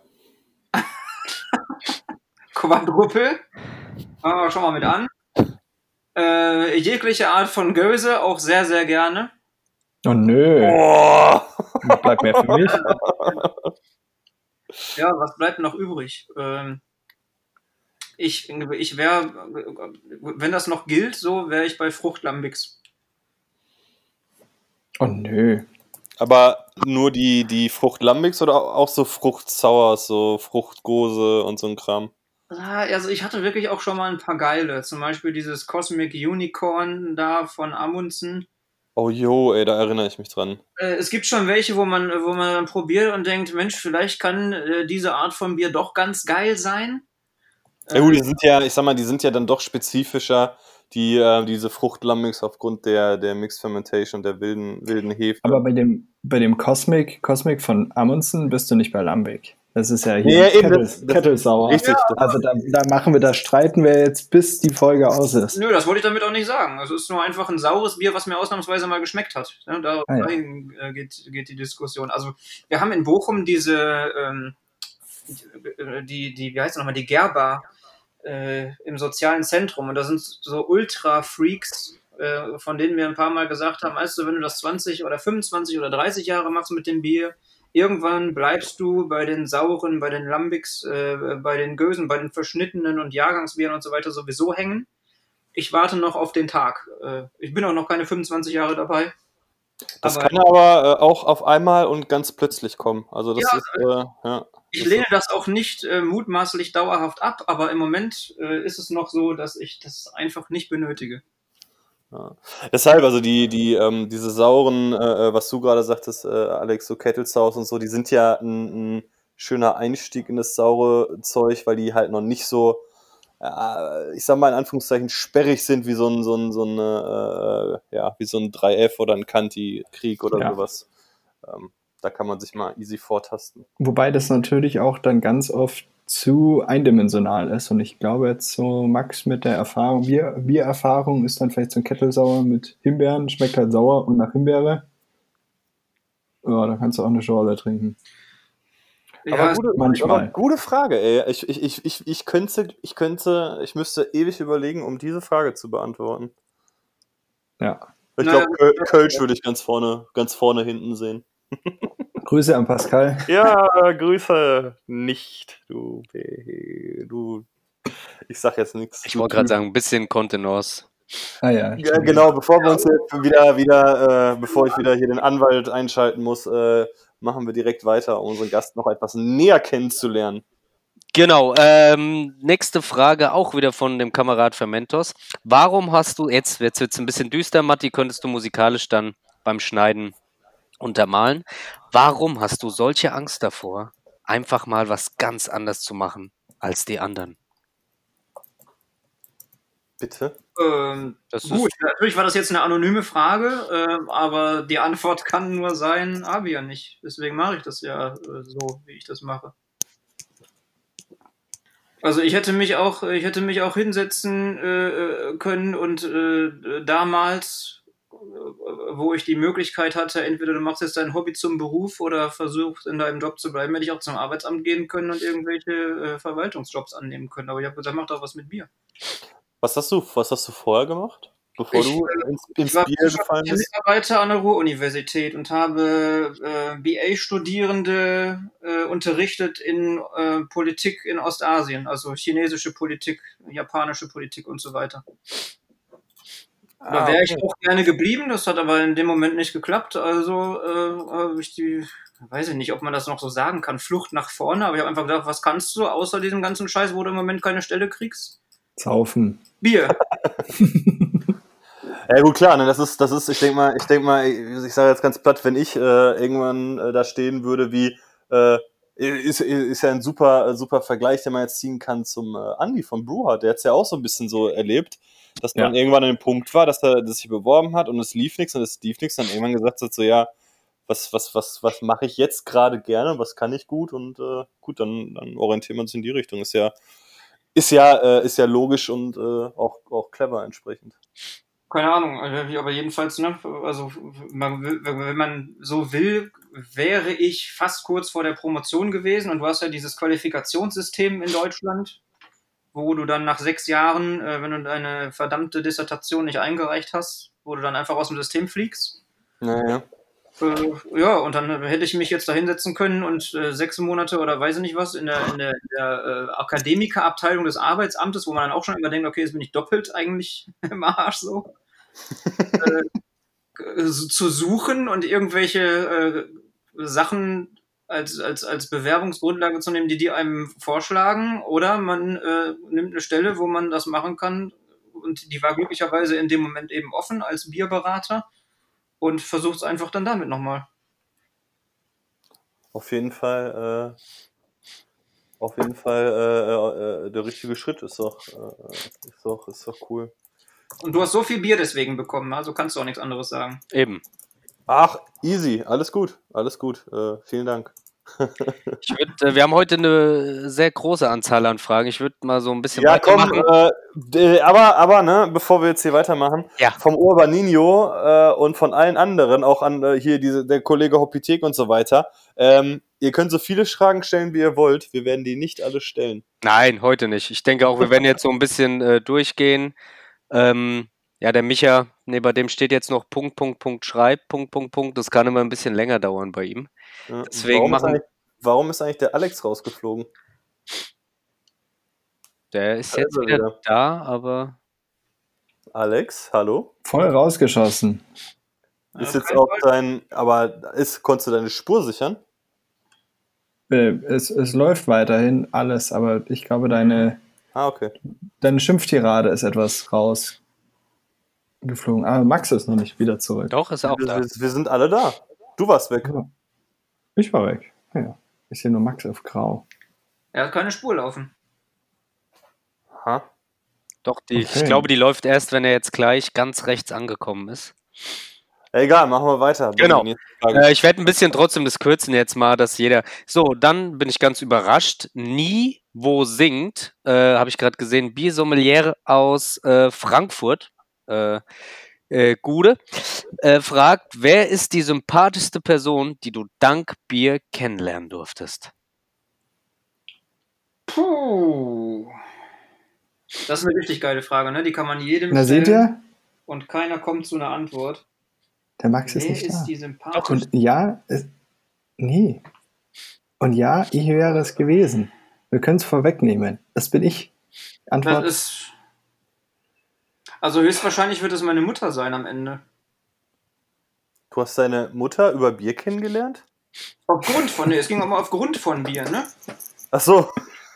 Quadruple. Fangen wir schon mal mit an. Äh, jegliche Art von Göse, auch sehr, sehr gerne. Oh nö, Boah. bleibt mehr für mich. Ja, was bleibt noch übrig? Ähm, ich ich wäre, wenn das noch gilt, so wäre ich bei Fruchtlambics. Oh nö. Aber nur die, die Fruchtlambics oder auch so Fruchtsauers, so Fruchtgose und so ein Kram? Ah, Also ich hatte wirklich auch schon mal ein paar geile. Zum Beispiel dieses Cosmic Unicorn da von Amundsen. Oh jo, ey, da erinnere ich mich dran. Äh, es gibt schon welche, wo man, wo man dann probiert und denkt, Mensch, vielleicht kann äh, diese Art von Bier doch ganz geil sein. Ja gut, die sind ja, ich sag mal, die sind ja dann doch spezifischer, die, äh, diese Fruchtlambics aufgrund der, der Mixed Fermentation, der wilden, wilden Hefe. Aber bei dem, bei dem Cosmic, Cosmic von Amundsen bist du nicht bei Lambic. Das ist ja Ja, hier eben, Kettle, das- das- Kettelsauer. Richtig, das- Also da, da machen wir, da streiten wir jetzt, bis die Folge aus ist. Nö, das wollte ich damit auch nicht sagen. Es ist nur einfach ein saures Bier, was mir ausnahmsweise mal geschmeckt hat. Ja, da, Ah, ja. Dahin äh, geht, geht die Diskussion. Also wir haben in Bochum diese, ähm, die, die, wie heißt das nochmal, die Gerber äh, im sozialen Zentrum. Und da sind so Ultra-Freaks, äh, von denen wir ein paar Mal gesagt haben, weißt du, wenn du das zwanzig oder fünfundzwanzig oder dreißig Jahre machst mit dem Bier, irgendwann bleibst du bei den sauren, bei den Lambics, äh, bei den Gösen, bei den verschnittenen und Jahrgangsbieren und so weiter sowieso hängen. Ich warte noch auf den Tag. Äh, ich bin auch noch keine fünfundzwanzig Jahre dabei. Das aber kann aber äh, auch auf einmal und ganz plötzlich kommen. Also das Ja, ist, äh, ja. ich das lehne ist, das auch nicht äh, mutmaßlich dauerhaft ab, aber im Moment äh, ist es noch so, dass ich das einfach nicht benötige. ja. Deshalb, also die, die, ähm, diese sauren, äh, was du gerade sagtest, äh, Alex, so Kettle Sours und so, die sind ja ein, ein schöner Einstieg in das saure Zeug, weil die halt noch nicht so, äh, ich sag mal in Anführungszeichen, sperrig sind wie so ein, so ein, so ein, äh, ja, wie so ein drei F oder ein Canti-Krieg oder Ja. sowas. Ähm, da kann man sich mal easy vortasten. Wobei das natürlich auch dann ganz oft zu eindimensional ist. Und ich glaube jetzt so, Max, mit der Erfahrung, Bier, Biererfahrung ist dann vielleicht so ein Kettelsauer mit Himbeeren, schmeckt halt sauer und nach Himbeere. Ja, da kannst du auch eine Schorle trinken. Ja, Aber gute, manchmal. aber gute Frage, ey. Ich, ich, ich, ich, ich könnte, ich könnte, ich müsste ewig überlegen, um diese Frage zu beantworten. Ja. Ich Naja, glaube, Köl- Kölsch würde ich ganz vorne, ganz vorne hinten sehen. Grüße an Pascal. Ja, Grüße nicht, du, B- du. Ich sag jetzt nichts. Ich wollte gerade sagen, ein bisschen Kontenance. Ah ja. Ja, genau, bevor wir uns jetzt wieder, wieder, äh, bevor ich wieder hier den Anwalt einschalten muss, äh, machen wir direkt weiter, um unseren Gast noch etwas näher kennenzulernen. Genau, ähm, nächste Frage auch wieder von dem Kamerad Fermentos. Warum hast du, jetzt, jetzt wird es ein bisschen düster, Matti, könntest du musikalisch dann beim Schneiden untermalen. Warum hast du solche Angst davor, einfach mal was ganz anders zu machen als die anderen? Bitte? Ähm, Das gut, ist, natürlich war das jetzt eine anonyme Frage, äh, aber die Antwort kann nur sein, habe ich ja nicht. Deswegen mache ich das ja äh, so, wie ich das mache. Also ich hätte mich auch, ich hätte mich auch hinsetzen äh, können und äh, damals, äh, wo ich die Möglichkeit hatte, entweder du machst jetzt dein Hobby zum Beruf oder versuchst in deinem Job zu bleiben, hätte ich auch zum Arbeitsamt gehen können und irgendwelche äh, Verwaltungsjobs annehmen können. Aber ich habe gesagt, mach doch was mit Bier. Was hast du, was hast du vorher gemacht, bevor Ich, du äh, ins, Ich ins war Bier gefallen wissenschaftlicher bist? Mitarbeiter an der Ruhr-Universität und habe äh, B A-Studierende äh, unterrichtet in äh, Politik in Ostasien, also chinesische Politik, japanische Politik und so weiter. Da Ah, wäre ich okay. auch gerne geblieben, das hat aber in dem Moment nicht geklappt. Also äh, habe ich die, weiß ich nicht, ob man das noch so sagen kann, Flucht nach vorne. Aber ich habe einfach gedacht, was kannst du außer diesem ganzen Scheiß, wo du im Moment keine Stelle kriegst? Saufen. Bier. Ja gut, klar, ne, das ist, das ist, ich denke mal, ich denke mal, ich, ich sage jetzt ganz platt, wenn ich äh, irgendwann äh, da stehen würde, wie, äh, ist, ist ja ein super, super Vergleich, den man jetzt ziehen kann zum äh, Andi von Brewhard, der hat es ja auch so ein bisschen so erlebt, dass man Ja. irgendwann an dem Punkt war, dass er das sich beworben hat und es lief nichts und es lief nichts, dann irgendwann gesagt hat, so ja, was, was, was, was mache ich jetzt gerade gerne, was kann ich gut und äh, gut, dann, dann orientiert man sich in die Richtung. Ist ja, ist ja, äh, ist ja logisch und äh, auch, auch clever entsprechend. Keine Ahnung, aber jedenfalls, ne, also man, wenn man so will, wäre ich fast kurz vor der Promotion gewesen und du hast ja dieses Qualifikationssystem in Deutschland, wo du dann nach sechs Jahren, äh, wenn du deine verdammte Dissertation nicht eingereicht hast, wo du dann einfach aus dem System fliegst. Naja. Äh, ja, und dann hätte ich mich jetzt da hinsetzen können und äh, sechs Monate oder weiß ich nicht was in der, in der, in der äh, Akademikerabteilung des Arbeitsamtes, wo man dann auch schon immer denkt, okay, jetzt bin ich doppelt eigentlich im Arsch so. äh, zu suchen und irgendwelche äh, Sachen als, als, als Bewerbungsgrundlage zu nehmen, die die einem vorschlagen, oder man äh, nimmt eine Stelle, wo man das machen kann und die war glücklicherweise in dem Moment eben offen als Bierberater und versucht es einfach dann damit nochmal. Auf jeden Fall, äh, auf jeden Fall äh, äh, der richtige Schritt ist doch, äh, ist doch, ist doch cool. Und du hast so viel Bier deswegen bekommen, also kannst du auch nichts anderes sagen. eben. Ach, easy, alles gut, alles gut. Äh, vielen Dank. Ich würd, äh, wir haben heute eine sehr große Anzahl an Fragen. Ich würde mal so ein bisschen Ja, komm, weitermachen. äh, d- aber, aber, ne, bevor wir jetzt hier weitermachen, Ja. vom Urbanino äh, und von allen anderen, auch an äh, hier diese, der Kollege Hopithek und so weiter, ähm, ihr könnt so viele Fragen stellen, wie ihr wollt. Wir werden die nicht alle stellen. Nein, heute nicht. Ich denke auch, wir werden jetzt so ein bisschen äh, durchgehen. Ähm, Ja, der Micha, nee, bei dem steht jetzt noch Punkt, Punkt, Punkt, Schreib, Punkt, Punkt, Punkt. Das kann immer ein bisschen länger dauern bei ihm. Ja, Deswegen warum, ist machen- eigentlich, warum ist eigentlich der Alex rausgeflogen? Der ist Da jetzt ist er wieder, wieder. da, aber Alex, hallo? Voll rausgeschossen. Ist Ja, jetzt kein auch Fall. dein, aber ist, konntest du deine Spur sichern? Äh, Es, es läuft weiterhin alles, aber ich glaube, deine, Ah, okay. deine Schimpftirade ist etwas rausgeflogen. Aber Max ist noch nicht wieder zurück. doch, ist auch Wir, da. wir, wir sind alle da. Du warst weg. Ja. Ich war weg. Ja. Ich sehe nur Max auf Grau. Er hat keine Spur laufen. Ha? Doch, die, Okay. ich glaube, die läuft erst, wenn er jetzt gleich ganz rechts angekommen ist. Egal, machen wir weiter. Genau. Die nächste Frage. Äh, ich werde ein bisschen trotzdem das kürzen jetzt mal, dass jeder. So, dann bin ich ganz überrascht. Nie wo singt, äh, habe ich gerade gesehen, Biersommelier aus äh, Frankfurt, äh, äh, Gude, äh, fragt, wer ist die sympathischste Person, die du dank Bier kennenlernen durftest? Puh. Das ist eine richtig geile Frage, ne? Die kann man jedem Na, seht ihr? und keiner kommt zu einer Antwort. Der Max ist Wer nicht ist da. die sympathischste? Und ja, es, nee. Und ja, ich wäre es gewesen. Wir können es vorwegnehmen. Das bin ich. Das Antwort. ist. Also höchstwahrscheinlich wird es meine Mutter sein am Ende. Du hast deine Mutter über Bier kennengelernt? Aufgrund von, ne, es ging auch mal aufgrund von Bier, ne? Ach so.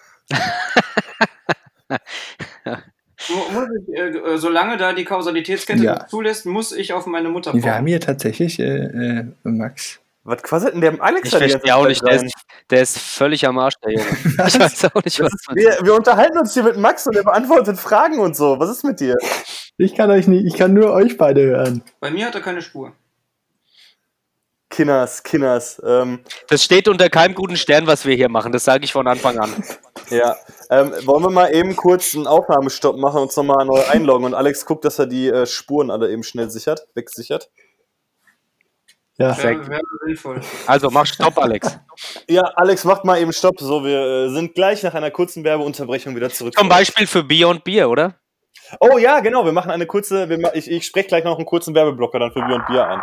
Mu- Muss ich, äh, äh, solange da die Kausalitätskette Ja. das zulässt, muss ich auf meine Mutter Wir bauen. haben hier tatsächlich, äh, äh, Max. Was quasselt denn der im Alex Ich da die verstehe ganze auch Zeit nicht, der rein? ist, der ist völlig am Arsch, der Junge. Ich weiß auch nicht, was mit Wir, wir unterhalten uns hier mit Max und er beantwortet Fragen und so. Was ist mit dir? Ich kann euch nicht, ich kann nur euch beide hören. Bei mir hat er keine Spur. Kinners, Kinners. Ähm, Das steht unter keinem guten Stern, was wir hier machen. Das sage ich von Anfang an. ja. Ähm, wollen wir mal eben kurz einen Aufnahmestopp machen und uns nochmal neu einloggen und Alex guckt, dass er die äh, Spuren alle eben schnell sichert, wegsichert. Ja, Perfekt. Wäre, wäre sinnvoll. Also mach Stopp, Alex. Ja, Alex, macht mal eben Stopp. So, wir äh, sind gleich nach einer kurzen Werbeunterbrechung wieder zurück. Zum Beispiel für Beyond Bier, oder? Oh ja, genau. Wir machen eine kurze. Wir ma ich ich spreche gleich noch einen kurzen Werbeblocker dann für Bier und Bier ein.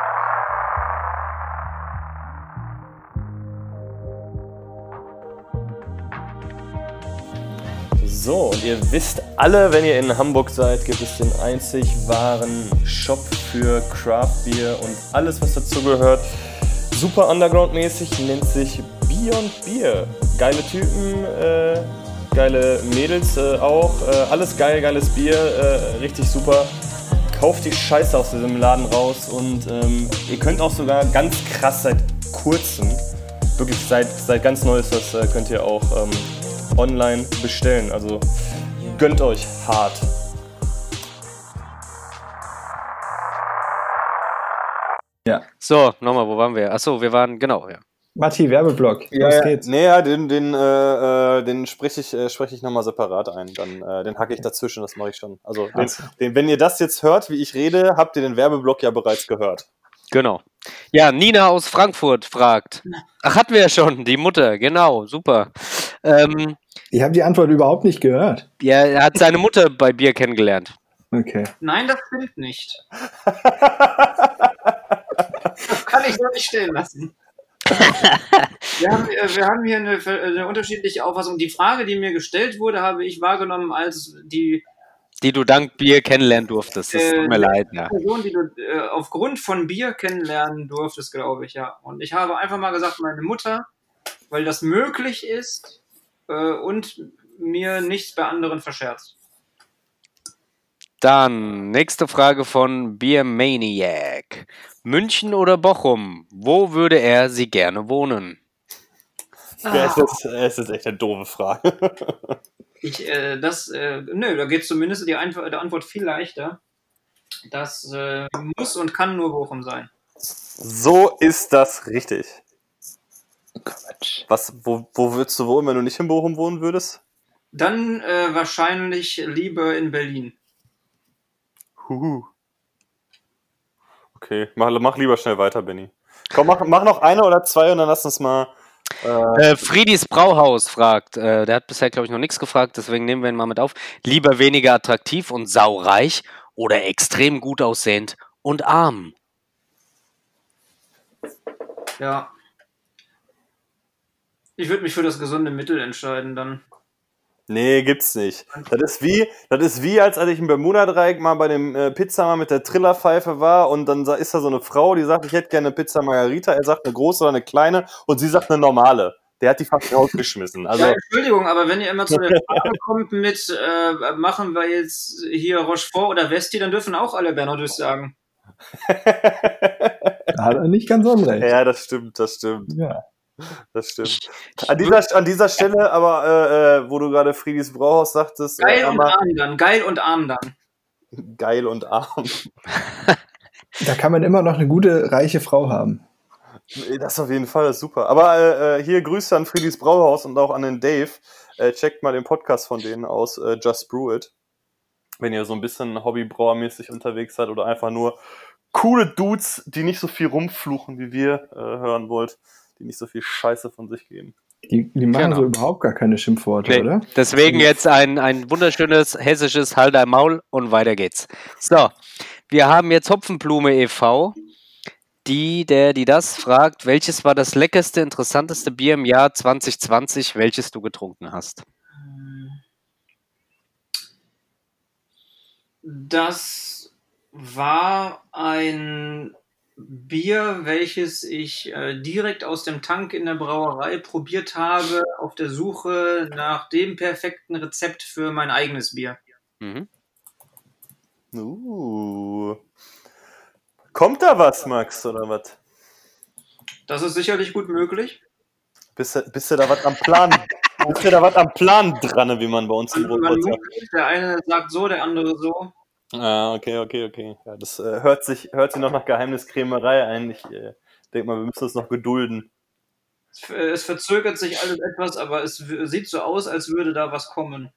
So, und ihr wisst alle, wenn ihr in Hamburg seid, gibt es den einzig wahren Shop für Craft Beer und alles, was dazu gehört. Super Underground-mäßig, nennt sich Beyond Beer. Geile Typen, äh, geile Mädels äh, auch. Äh, alles geil, geiles Bier, äh, richtig super. Kauft die Scheiße aus diesem Laden raus und ähm, ihr könnt auch sogar ganz krass seit kurzem, wirklich seit, seit ganz neu ist das, äh, könnt ihr auch ähm, online bestellen. Also gönnt euch hart. ja. So, nochmal, wo waren wir? Achso, wir waren, genau, ja. Matti, Werbeblock. Los geht's. Nee, ja, den, den, äh, äh, den spreche ich, äh, sprech ich nochmal separat ein. Dann, äh, den hacke ich dazwischen, das mache ich schon. Also, den, den, wenn ihr das jetzt hört, wie ich rede, habt ihr den Werbeblock ja bereits gehört. Genau. Ja, Nina aus Frankfurt fragt. Ach, hatten wir ja schon, die Mutter, genau, super. Ähm, Ich habe die Antwort überhaupt nicht gehört. ja, er hat seine Mutter bei Bier kennengelernt. Okay. Nein, das stimmt nicht. Das kann ich so nicht stehen lassen. Wir haben, äh, wir haben hier eine, eine unterschiedliche Auffassung. Die Frage, die mir gestellt wurde, habe ich wahrgenommen als die Die du dank Bier kennenlernen durftest. Das tut mir Äh, leid, ja. Person, die du äh, aufgrund von Bier kennenlernen durftest, glaube ich, ja. Und ich habe einfach mal gesagt, meine Mutter, weil das möglich ist äh, und mir nichts bei anderen verscherzt. Dann, nächste Frage von Beer Maniac. München oder Bochum? Wo würde er sie gerne wohnen? Ja, es, ist, es ist echt eine doofe Frage. Ich, äh, das, äh, nö, da geht zumindest die Einf- der Antwort viel leichter. Das äh, muss und kann nur Bochum sein. So ist das richtig. Quatsch. Was, wo, wo würdest du wohnen, wenn du nicht in Bochum wohnen würdest? Dann äh, wahrscheinlich lieber in Berlin. Huhu. Okay, mach, mach lieber schnell weiter, Benny. Komm, mach, mach noch eine oder zwei und dann lass uns mal. Äh, Äh, Friedis Brauhaus fragt, äh, der hat bisher, glaube ich, noch nichts gefragt, deswegen nehmen wir ihn mal mit auf. Lieber weniger attraktiv und saureich oder extrem gut aussehend und arm? Ja. Ich würde mich für das gesunde Mittel entscheiden dann. Nee, gibt's nicht. Das ist wie, das ist wie, als als ich im Bermuda-Dreieck mal bei dem äh, Pizzamann mit der Trillerpfeife war und dann sa- ist da so eine Frau, die sagt, ich hätte gerne eine Pizza Margarita. Er sagt eine große oder eine kleine und sie sagt eine normale. Der hat die fast rausgeschmissen. Also, Ja, Entschuldigung, aber wenn ihr immer zu der Frage kommt mit, äh, machen wir jetzt hier Rochefort oder Vesti, dann dürfen auch alle Bernardus sagen. Da hat er nicht ganz unrecht. ja, das stimmt, das stimmt, Ja. das stimmt. An dieser, an dieser Stelle aber, äh, äh, wo du gerade Friedis Brauhaus sagtest, Geil äh, und einmal arm dann, geil und arm dann. geil und arm. Da kann man immer noch eine gute, reiche Frau haben. Das ist auf jeden Fall, das ist super. Aber äh, hier Grüße an Friedis Brauhaus und auch an den Dave. Äh, checkt mal den Podcast von denen aus, äh, Just Brew It. Wenn ihr so ein bisschen hobbybrauermäßig unterwegs seid oder einfach nur coole Dudes, die nicht so viel rumfluchen wie wir, äh, hören wollt, die nicht so viel Scheiße von sich geben. Die, die machen Genau. so überhaupt gar keine Schimpfworte, Nee, oder? deswegen jetzt ein, ein wunderschönes hessisches Halt dein Maul und weiter geht's. So, wir haben jetzt Hopfenblume e V. Die, der, die das fragt, welches war das leckerste, interessanteste Bier im Jahr zwanzig zwanzig, welches du getrunken hast? Das war ein Bier, welches ich äh, direkt aus dem Tank in der Brauerei probiert habe, auf der Suche nach dem perfekten Rezept für mein eigenes Bier. Mhm. Uh. Kommt da was, Max, oder was? Das ist sicherlich gut möglich. Bist du, bist du da was am Plan? Bist du da was am Plan dran, wie man bei uns im Man Ruhrpott sagt? munkelt, der eine sagt so, der andere so. Ah, okay, okay, okay. Ja, das äh, hört sich hört sich noch nach Geheimniskrämerei ein. Ich äh, denke mal, wir müssen uns noch gedulden. Es, äh, es verzögert sich alles etwas, aber es w- sieht so aus, als würde da was kommen.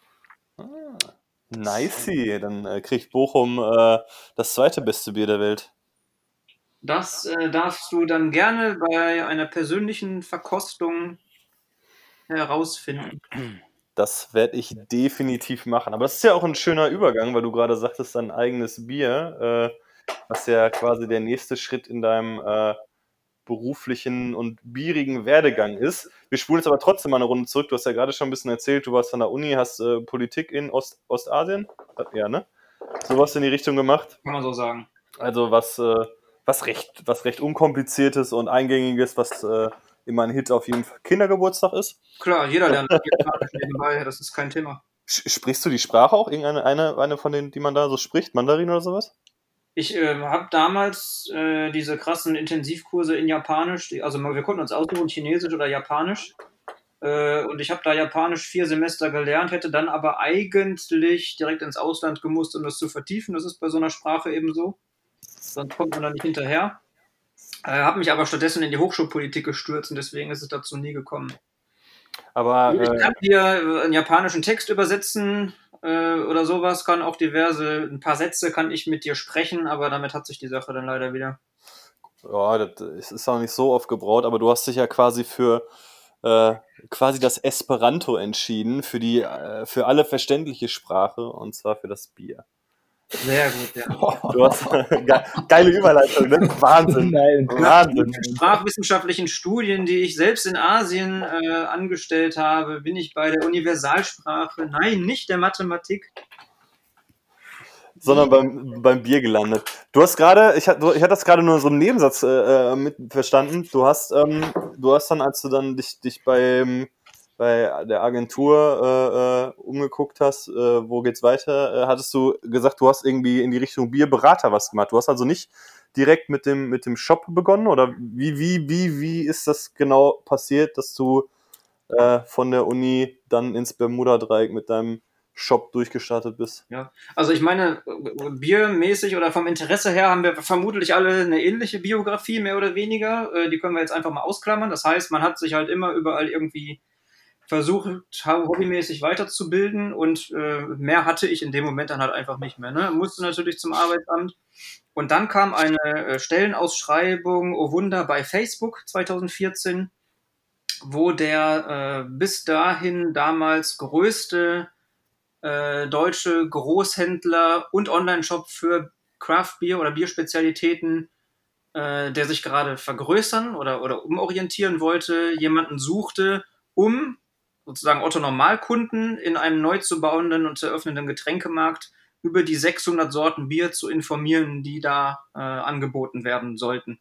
Nicey, dann äh, kriegt Bochum äh, das zweite beste Bier der Welt. Das äh, darfst du dann gerne bei einer persönlichen Verkostung herausfinden. Das werde ich definitiv machen. Aber es ist ja auch ein schöner Übergang, weil du gerade sagtest, dein eigenes Bier, äh, was ja quasi der nächste Schritt in deinem äh, beruflichen und bierigen Werdegang ist. Wir spulen jetzt aber trotzdem mal eine Runde zurück. Du hast ja gerade schon ein bisschen erzählt, du warst an der Uni, hast äh, Politik in Ost Ostasien, ja, ne? Sowas in die Richtung gemacht. Kann man so sagen. Also was, äh, was, recht, was recht unkompliziertes und eingängiges, was äh, immer ein Hit auf jedem Kindergeburtstag ist. Klar, jeder lernt Japanisch nebenbei, das ist kein Thema. Sch- Sprichst du die Sprache auch? Irgendeine eine, eine von denen, die man da so spricht? Mandarin oder sowas? Ich äh, habe damals äh, diese krassen Intensivkurse in Japanisch, die, also wir konnten uns aussuchen, Chinesisch oder Japanisch. Äh, und ich habe da Japanisch vier Semester gelernt, hätte dann aber eigentlich direkt ins Ausland gemusst, um das zu vertiefen. Das ist bei so einer Sprache eben so. Sonst kommt man da nicht hinterher. Äh, habe mich aber stattdessen in die Hochschulpolitik gestürzt und deswegen ist es dazu nie gekommen. Aber Ich äh, kann dir einen japanischen Text übersetzen äh, oder sowas, kann auch diverse, ein paar Sätze kann ich mit dir sprechen, aber damit hat sich die Sache dann leider wieder. ja, das ist auch nicht so oft gebraut, aber du hast dich ja quasi für äh, quasi das Esperanto entschieden, für die äh, für alle verständliche Sprache, und zwar für das Bier. Sehr gut, ja. Du hast ge geile Überleitung, ne? Wahnsinn. Nein. Wahnsinn. Mit sprachwissenschaftlichen Studien, die ich selbst in Asien äh, angestellt habe, bin ich bei der Universalsprache, nein, nicht der Mathematik. Sondern beim, beim Bier gelandet. Du hast gerade, ich hatte ich hatte das gerade nur so einen Nebensatz äh, mit verstanden. Du hast, ähm, du hast dann, als du dann dich, dich beim, bei der Agentur äh, umgeguckt hast, äh, wo geht's weiter, äh, hattest du gesagt, du hast irgendwie in die Richtung Bierberater was gemacht. Du hast also nicht direkt mit dem, mit dem Shop begonnen? Oder wie, wie, wie, wie ist das genau passiert, dass du äh, von der Uni dann ins Bermuda-Dreieck mit deinem Shop durchgestartet bist? Ja, also ich meine, biermäßig oder vom Interesse her haben wir vermutlich alle eine ähnliche Biografie, mehr oder weniger. Äh, die können wir jetzt einfach mal ausklammern. Das heißt, man hat sich halt immer überall irgendwie versucht, hobbymäßig weiterzubilden und äh, mehr hatte ich in dem Moment dann halt einfach nicht mehr. Ne? Musste natürlich zum Arbeitsamt. Und dann kam eine äh, Stellenausschreibung, oh Wunder, bei Facebook zwanzig vierzehn, wo der äh, bis dahin damals größte äh, deutsche Großhändler und Online-Shop für Craft-Bier oder Bierspezialitäten, äh, der sich gerade vergrößern oder, oder umorientieren wollte, jemanden suchte, um sozusagen Otto-Normalkunden in einem neu zu bauenden und zu eröffnenden Getränkemarkt über die sechshundert Sorten Bier zu informieren, die da äh, angeboten werden sollten.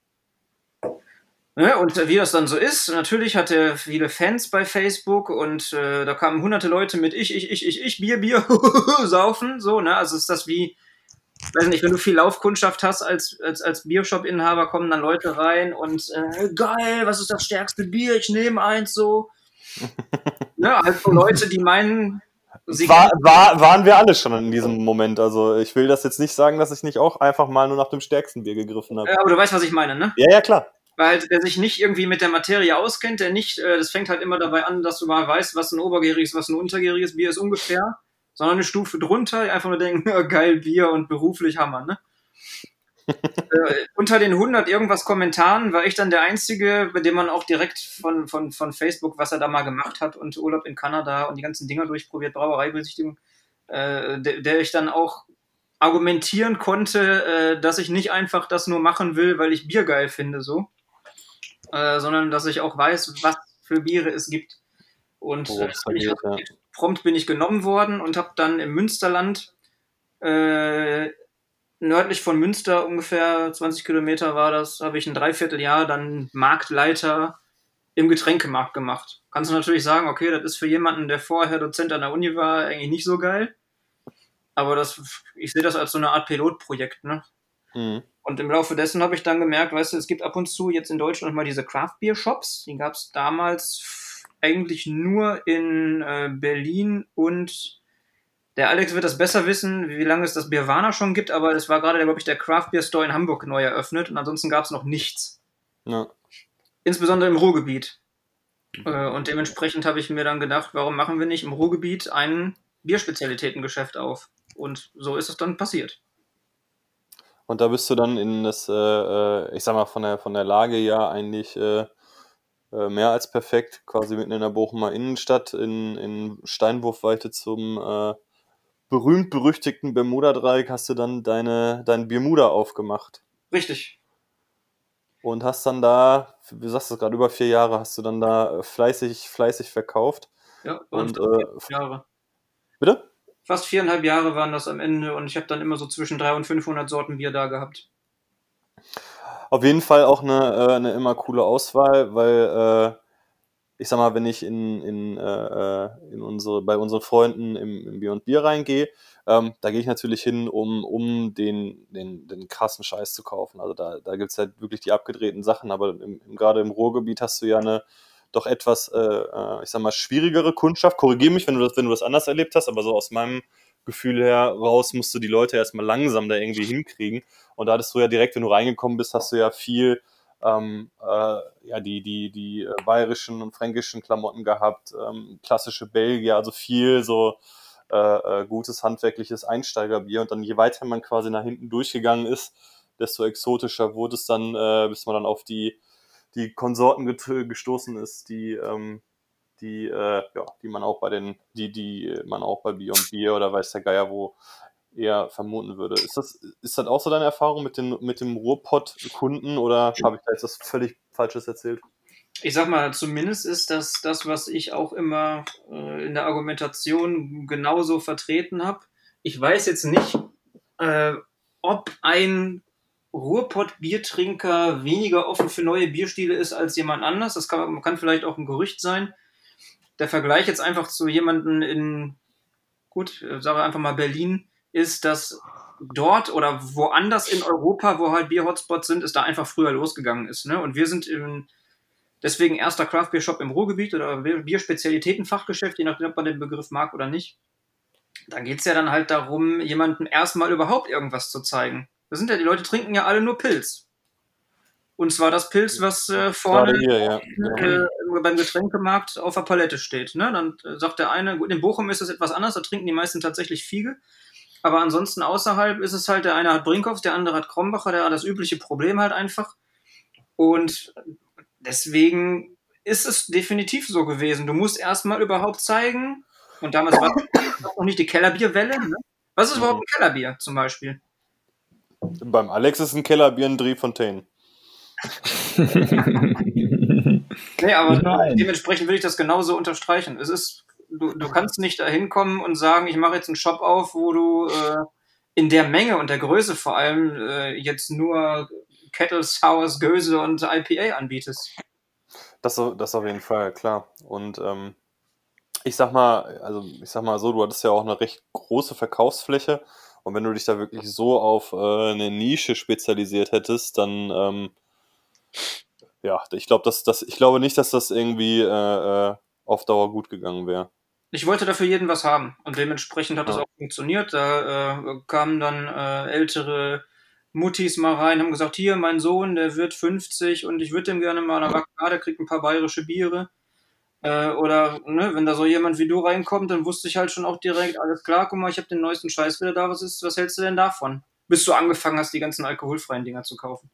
Ja, und wie das dann so ist, natürlich hat er viele Fans bei Facebook und äh, da kamen hunderte Leute mit ich, ich, ich, ich, ich, Bier, Bier, saufen, so, ne, also ist das wie, weiß nicht, wenn du viel Laufkundschaft hast als, als, als Biershop-Inhaber, kommen dann Leute rein und äh, geil, was ist das stärkste Bier, ich nehme eins, so. Ja, halt so Leute, die meinen, sie War, war, waren wir alle schon in diesem Moment. Also ich will das jetzt nicht sagen, dass ich nicht auch einfach mal nur nach dem stärksten Bier gegriffen habe. Ja, aber du weißt, was ich meine, ne? Ja, ja, klar. Weil halt, der sich nicht irgendwie mit der Materie auskennt, der nicht, äh, das fängt halt immer dabei an, dass du mal weißt, was ein obergäriges, was ein untergäriges Bier ist ungefähr, sondern eine Stufe drunter, die einfach nur denken, oh, geil, Bier und beruflich Hammer, ne? äh, unter den hundert irgendwas Kommentaren war ich dann der Einzige, bei dem man auch direkt von, von, von Facebook, was er da mal gemacht hat und Urlaub in Kanada und die ganzen Dinger durchprobiert, Brauereibesichtigung, äh, der, der ich dann auch argumentieren konnte, äh, dass ich nicht einfach das nur machen will, weil ich Bier geil finde, so. Äh, sondern dass ich auch weiß, was für Biere es gibt. Und Oh, äh, das ich vergeht, hab, ja. prompt bin ich genommen worden und habe dann im Münsterland, äh, nördlich von Münster, ungefähr zwanzig Kilometer war das, habe ich ein Dreivierteljahr dann Marktleiter im Getränkemarkt gemacht. Kannst du natürlich sagen, okay, das ist für jemanden, der vorher Dozent an der Uni war, eigentlich nicht so geil. Aber das, ich sehe das als so eine Art Pilotprojekt, ne? Mhm. Und im Laufe dessen habe ich dann gemerkt, weißt du, es gibt ab und zu jetzt in Deutschland mal diese Craft-Beer-Shops. Die gab es damals eigentlich nur in äh, Berlin und der Alex wird das besser wissen, wie lange es das Biervana schon gibt, aber es war gerade, glaube ich, der Craft-Beer-Store in Hamburg neu eröffnet und ansonsten gab es noch nichts. Ja. Insbesondere im Ruhrgebiet. Äh, und dementsprechend habe ich mir dann gedacht, warum machen wir nicht im Ruhrgebiet ein Bierspezialitätengeschäft auf? Und so ist es dann passiert. Und da bist du dann in das, äh, ich sag mal, von der, von der Lage ja eigentlich äh, äh, mehr als perfekt, quasi mitten in der Bochumer Innenstadt, in, in Steinwurfweite zum äh, berühmt-berüchtigten Bermuda-Dreieck, hast du dann deine, dein Bermuda aufgemacht. Richtig. Und hast dann da, du sagst es gerade, über vier Jahre hast du dann da fleißig, fleißig verkauft. Ja, waren Und, fast äh, viereinhalb Jahre. Bitte? Fast viereinhalb Jahre waren das am Ende und ich habe dann immer so zwischen dreihundert und fünfhundert Sorten Bier da gehabt. Auf jeden Fall auch eine, äh, eine immer coole Auswahl, weil äh, ich sag mal, wenn ich in, in, äh, in unsere, bei unseren Freunden im, im Bier und Bier reingehe, ähm, da gehe ich natürlich hin, um, um den, den, den krassen Scheiß zu kaufen. Also da, da gibt es halt wirklich die abgedrehten Sachen, aber im, im, gerade im Ruhrgebiet hast du ja eine doch etwas, äh, ich sag mal, schwierigere Kundschaft. Korrigiere mich, wenn du das, wenn du das anders erlebt hast, aber so aus meinem Gefühl her raus musst du die Leute erstmal langsam da irgendwie hinkriegen. Und da hattest du ja direkt, wenn du reingekommen bist, hast du ja viel ähm, äh, ja, die, die, die äh, bayerischen und fränkischen Klamotten gehabt, ähm, klassische Belgier, also viel so äh, äh, gutes handwerkliches Einsteigerbier. Und dann je weiter man quasi nach hinten durchgegangen ist, desto exotischer wurde es dann, äh, bis man dann auf die, die Konsorten get- gestoßen ist, die ähm, die, äh, ja, die man auch bei den, die, die man auch bei Bier und Bier oder weiß der Geier wo eher vermuten würde. Ist das, ist das auch so deine Erfahrung mit, den, mit dem Ruhrpott-Kunden oder habe ich da jetzt was völlig Falsches erzählt? Ich sag mal, zumindest ist das das, was ich auch immer äh, in der Argumentation genauso vertreten habe. Ich weiß jetzt nicht, äh, ob ein Ruhrpott-Biertrinker weniger offen für neue Bierstile ist als jemand anders. Das kann, kann vielleicht auch ein Gerücht sein. Der Vergleich jetzt einfach zu jemandem in, gut, sage einfach mal Berlin, ist, dass dort oder woanders in Europa, wo halt Bier-Hotspots sind, es da einfach früher losgegangen ist. Ne? Und wir sind im, deswegen erster Craft-Beer-Shop im Ruhrgebiet oder Bierspezialitäten-Fachgeschäft, je nachdem, ob man den Begriff mag oder nicht. Da geht es ja dann halt darum, jemandem erstmal überhaupt irgendwas zu zeigen. Das sind ja, die Leute trinken ja alle nur Pilz. Und zwar das Pilz, was äh, vorne hier, ja. äh, beim Getränkemarkt auf der Palette steht. Ne? Dann äh, sagt der eine, gut, in Bochum ist das etwas anders, da trinken die meisten tatsächlich Fiege. Aber ansonsten außerhalb ist es halt, der eine hat Brinkhoffs, der andere hat Krombacher, der hat das übliche Problem halt einfach. Und deswegen ist es definitiv so gewesen. Du musst erstmal überhaupt zeigen, Und damals war noch nicht die Kellerbierwelle. Ne? Was ist überhaupt ein Kellerbier zum Beispiel? Beim Alex ist ein Kellerbier ein Drehfontaine. Nee, aber Nein. dementsprechend will ich das genauso unterstreichen. Es ist, du, du kannst nicht da hinkommen und sagen, ich mache jetzt einen Shop auf, wo du äh, in der Menge und der Größe vor allem äh, jetzt nur Kettle, Sours, Göse und I P A anbietest. Das, so- das auf jeden Fall, klar. Und ähm, ich sag mal, also ich sag mal so, du hattest ja auch eine recht große Verkaufsfläche und wenn du dich da wirklich so auf äh, eine Nische spezialisiert hättest, dann ähm, ja, ich glaube, dass das, ich glaube nicht, dass das irgendwie äh, äh, auf Dauer gut gegangen wäre. Ich wollte dafür jeden was haben und dementsprechend hat das Ja. auch funktioniert. Da äh, kamen dann äh, ältere Muttis mal rein, haben gesagt, hier, mein Sohn, der wird fünfzig und ich würde dem gerne mal eine Wacke, der kriegt ein paar bayerische Biere. Äh, oder, ne, wenn da so jemand wie du reinkommt, dann wusste ich halt schon auch direkt, alles klar, guck mal, ich habe den neuesten Scheiß wieder da, was ist, was hältst du denn davon? Bis du angefangen hast, die ganzen alkoholfreien Dinger zu kaufen.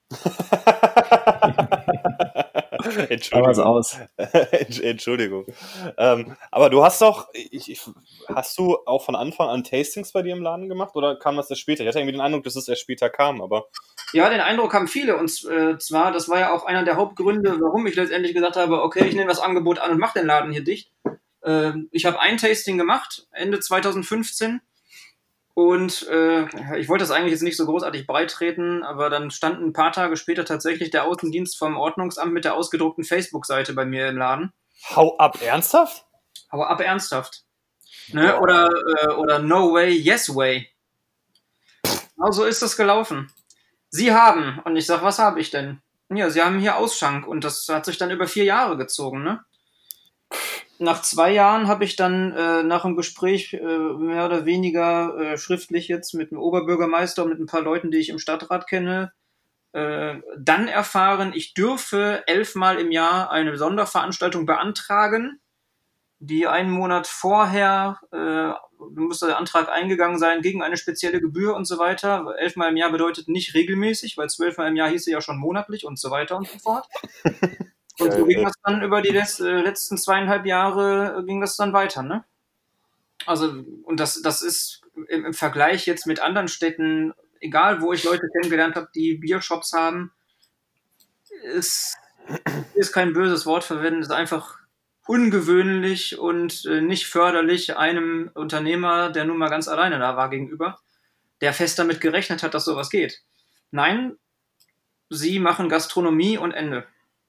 Da war's Entschuldigung. aus. Entsch- Entschuldigung. Ähm, aber du hast doch, ich, ich, hast du auch von Anfang an Tastings bei dir im Laden gemacht oder kam das erst später? Ich hatte irgendwie den Eindruck, dass es erst später kam, aber Ja, den Eindruck haben viele. Und äh, zwar, das war ja auch einer der Hauptgründe, warum ich letztendlich gesagt habe, okay, ich nehme das Angebot an und mache den Laden hier dicht. Äh, ich habe ein Tasting gemacht, Ende zwanzig fünfzehn. Und äh, ich wollte das eigentlich jetzt nicht so großartig breitreten, aber dann stand ein paar Tage später tatsächlich der Außendienst vom Ordnungsamt mit der ausgedruckten Facebook-Seite bei mir im Laden. hau ab, ernsthaft? Aber ab ernsthaft. Ne? Oder, äh, oder No Way, Yes Way. Genau so ist das gelaufen. Sie haben, und ich sag, was habe ich denn? Ja, Sie haben hier Ausschank und das hat sich dann über vier Jahre gezogen, ne? Nach zwei Jahren habe ich dann äh, nach einem Gespräch äh, mehr oder weniger äh, schriftlich jetzt mit dem Oberbürgermeister und mit ein paar Leuten, die ich im Stadtrat kenne, äh, dann erfahren, ich dürfe elfmal im Jahr eine Sonderveranstaltung beantragen, die einen Monat vorher äh, müsste der Antrag eingegangen sein gegen eine spezielle Gebühr und so weiter. Elfmal im Jahr bedeutet nicht regelmäßig, weil zwölfmal im Jahr hieße ja schon monatlich und so weiter und so fort. Und so ging das dann über die letz- äh, letzten zweieinhalb Jahre, äh, ging das dann weiter, ne? Also, und das, das ist im, im Vergleich jetzt mit anderen Städten, egal wo ich Leute kennengelernt habe, die Biershops haben, ist, ist kein böses Wort verwenden, ist einfach ungewöhnlich und äh, nicht förderlich einem Unternehmer, der nun mal ganz alleine da war gegenüber, der fest damit gerechnet hat, dass sowas geht. Nein, sie machen Gastronomie und Ende.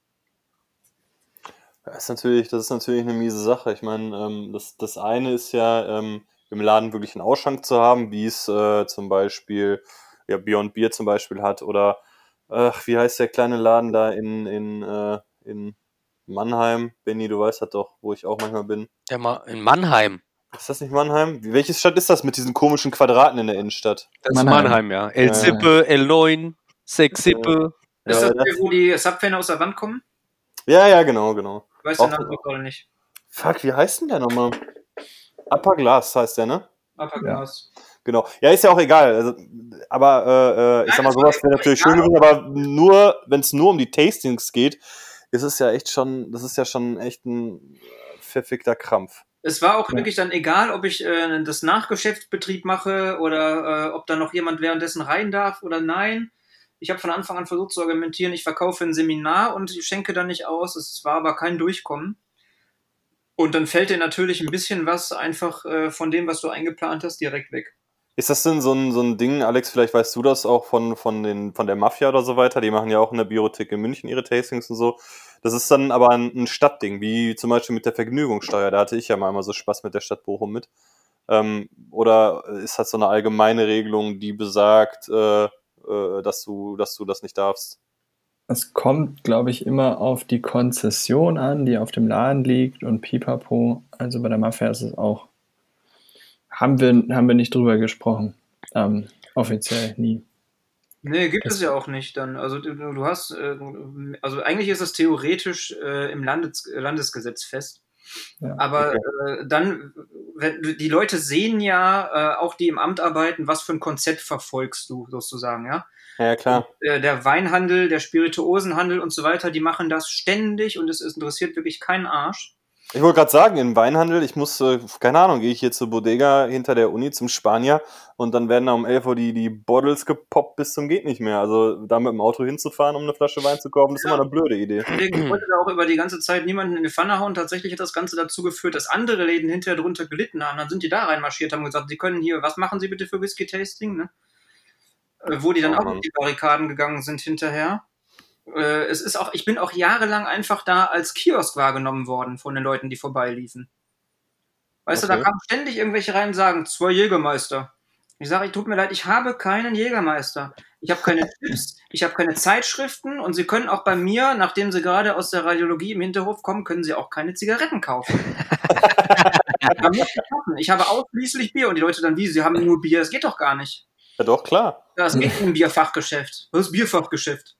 Das ist natürlich, das ist natürlich eine miese Sache. Ich meine, ähm, das, das eine ist ja, ähm, im Laden wirklich einen Ausschank zu haben, wie es äh, zum Beispiel ja, Beyond Beer zum Beispiel hat oder ach, wie heißt der kleine Laden da in, in, äh, in Mannheim? Benny, du weißt das doch, wo ich auch manchmal bin. Der Ma in Mannheim. Ist das nicht Mannheim? Wie, welche Stadt ist das mit diesen komischen Quadraten in der Innenstadt? Das Mannheim. ist Mannheim, ja. El Ja. Sippe, El Neun, Sex Sippe. Ist Ja, das das- der, wo die Subfähne aus der Wand kommen? Ja, ja, genau, genau. Ich weiß den Auch- Namen auch gerade nicht. Fuck, wie heißt denn der nochmal? Upper Glass heißt der, ne? Upper Ja. Class. Genau. Ja, ist ja auch egal. Also, aber äh, äh, ich sag mal, Nein, sowas ist wäre auch natürlich egal. schön gewesen, aber nur, wenn es nur um die Tastings geht, ist es ja echt schon, das ist ja schon echt ein verfickter Krampf. Es war auch Ja. wirklich dann egal, ob ich äh, das Nachgeschäftsbetrieb mache oder äh, ob da noch jemand währenddessen rein darf oder nein. Ich habe von Anfang an versucht zu argumentieren, ich verkaufe ein Seminar und ich schenke da nicht aus. Es war aber kein Durchkommen. Und dann fällt dir natürlich ein bisschen was einfach äh, von dem, was du eingeplant hast, direkt weg. Ist das denn so ein, so ein Ding, Alex, vielleicht weißt du das auch von, von, den, von der Mafia oder so weiter, die machen ja auch in der Biothek in München ihre Tastings und so. Das ist dann aber ein, ein Stadtding, wie zum Beispiel mit der Vergnügungssteuer, da hatte ich ja mal immer so Spaß mit der Stadt Bochum mit. Ähm, oder ist das so eine allgemeine Regelung, die besagt, äh, äh, dass du, dass du das nicht darfst? Es kommt, glaube ich, immer auf die Konzession an, die auf dem Laden liegt und pipapo. Also bei der Mafia ist es auch. Haben wir, haben wir nicht drüber gesprochen. Ähm, offiziell nie. Nee, gibt Das- es ja auch nicht dann. Also du, du hast, äh, also eigentlich ist es theoretisch äh, im Landes, Landesgesetz fest. Ja. Aber äh, dann, wenn, die Leute sehen ja, äh, auch die im Amt arbeiten, was für ein Konzept verfolgst du sozusagen, ja. Ja, ja, klar. Äh, der Weinhandel, der Spirituosenhandel und so weiter, die machen das ständig und es, es interessiert wirklich keinen Arsch. Ich wollte gerade sagen, im Weinhandel, ich muss, äh, keine Ahnung, gehe ich hier zur Bodega hinter der Uni zum Spanier und dann werden da um elf Uhr die, die Bottles gepoppt bis zum geht nicht mehr. Also da mit dem Auto hinzufahren, um eine Flasche Wein zu kaufen, das ist Ja. immer eine blöde Idee. Deswegen ich wollte da auch über die ganze Zeit niemanden in die Pfanne hauen. Tatsächlich hat das Ganze dazu geführt, dass andere Läden hinterher drunter gelitten haben. Dann sind die da reinmarschiert, haben gesagt, sie können hier, was machen sie bitte für Whisky-Tasting, ne? Äh, Wo die dann Oh, auch Mann. auf die Barrikaden gegangen sind hinterher. Äh, es ist auch, ich bin auch jahrelang einfach da als Kiosk wahrgenommen worden von den Leuten, die vorbeiliefen. Weißt du, da Okay. kamen ständig irgendwelche rein und sagen, zwei Jägermeister. Ich sage, tut mir leid, ich habe keinen Jägermeister. Ich habe keine Tipps, ich habe keine Zeitschriften und Sie können auch bei mir, nachdem Sie gerade aus der Radiologie im Hinterhof kommen, können Sie auch keine Zigaretten kaufen. Das kann nicht klappen. Ich habe ausschließlich Bier und die Leute dann, wie, Sie haben nur Bier, das geht doch gar nicht. Ja, doch, klar. Das geht im Bierfachgeschäft. Das ist Bierfachgeschäft.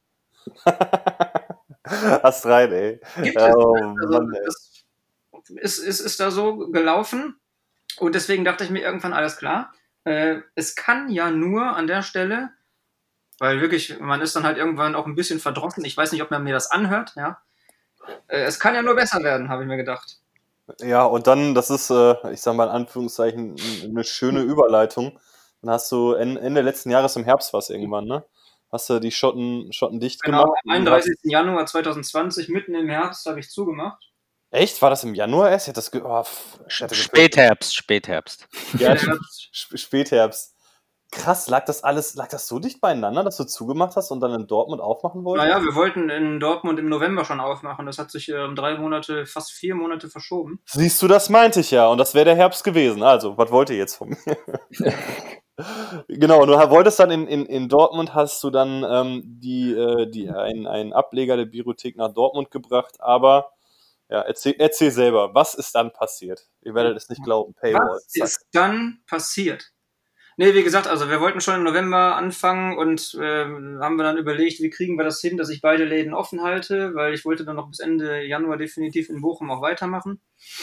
Hast rein, ey. Gibt Oh, es. Also, Mann, ey. das ist, ist, ist da so gelaufen und deswegen dachte ich mir irgendwann, alles klar, äh, es kann ja nur an der Stelle, weil wirklich, man ist dann halt irgendwann auch ein bisschen verdrossen, ich weiß nicht, ob man mir das anhört, ja, äh, es kann ja nur besser werden, habe ich mir gedacht. Ja, und dann, das ist, äh, ich sag mal in Anführungszeichen, n- eine schöne Überleitung. Dann hast du en- Ende letzten Jahres im Herbst was irgendwann, ne? Hast du die Schotten, Schotten dicht Genau, gemacht? am einunddreißigsten Januar zweitausendzwanzig, mitten im Herbst, habe ich zugemacht. Echt? War das im Januar erst? Ich hätte das ge oh, pff, ich hätte gefühlt- Spätherbst, Spätherbst. Ja, Im Herbst. Sp- Spätherbst. Krass, lag das alles, lag das so dicht beieinander, dass du zugemacht hast und dann in Dortmund aufmachen wolltest? Naja, wir wollten in Dortmund im November schon aufmachen, das hat sich äh, um drei Monate, fast vier Monate verschoben. Siehst du, das meinte ich ja. Und das wäre der Herbst gewesen. Also, was wollt ihr jetzt von mir? Genau, du wolltest dann in, in, in Dortmund, hast du dann ähm, die, äh, die, ein, einen Ableger der Biothek nach Dortmund gebracht. Aber, ja, erzähl, erzähl selber, was ist dann passiert? Ihr werdet es nicht glauben. Paywall. Was Zack. ist dann passiert? Nee, wie gesagt, also wir wollten schon im November anfangen und äh, haben wir dann überlegt, wie kriegen wir das hin, dass ich beide Läden offen halte, weil ich wollte dann noch bis Ende Januar definitiv in Bochum auch weitermachen,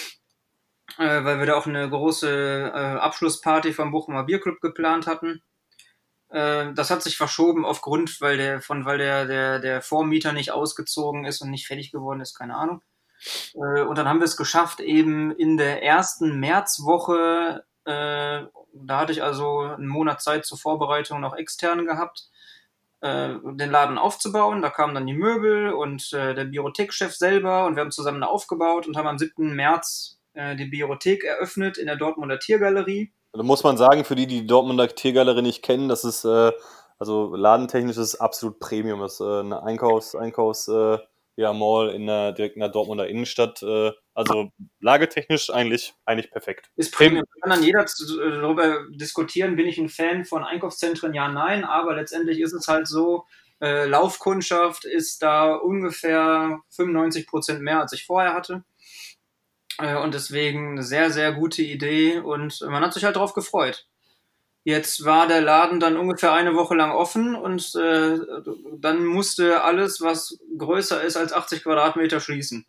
äh, weil wir da auch eine große äh, Abschlussparty vom Bochumer Bierclub geplant hatten. Äh, das hat sich verschoben aufgrund, weil der von weil der der der Vormieter nicht ausgezogen ist und nicht fertig geworden ist, keine Ahnung. Äh, und dann haben wir es geschafft, eben in der ersten Märzwoche, äh, da hatte ich also einen Monat Zeit zur Vorbereitung noch extern gehabt, äh, den Laden aufzubauen. Da kamen dann die Möbel und äh, der Biothekchef selber und wir haben zusammen aufgebaut und haben am siebten März äh, die Biothek eröffnet in der Dortmunder Tiergalerie. Da muss man sagen, für die, die die Dortmunder Tiergalerie nicht kennen, das ist, äh, also ladentechnisch ist es absolut Premium. Das ist äh, eine Einkaufs-, Einkaufs-, äh, ja, Mall in der, direkt in der Dortmunder Innenstadt. Äh, also lagetechnisch eigentlich, eigentlich perfekt. Ist Premium. Kann dann jeder zu- äh, darüber diskutieren, bin ich ein Fan von Einkaufszentren? Ja, nein, aber letztendlich ist es halt so, äh, Laufkundschaft ist da ungefähr fünfundneunzig Prozent mehr, als ich vorher hatte. Äh, und deswegen eine sehr, sehr gute Idee und man hat sich halt drauf gefreut. Jetzt war der Laden dann ungefähr eine Woche lang offen und äh, dann musste alles, was größer ist als achtzig Quadratmeter, schließen.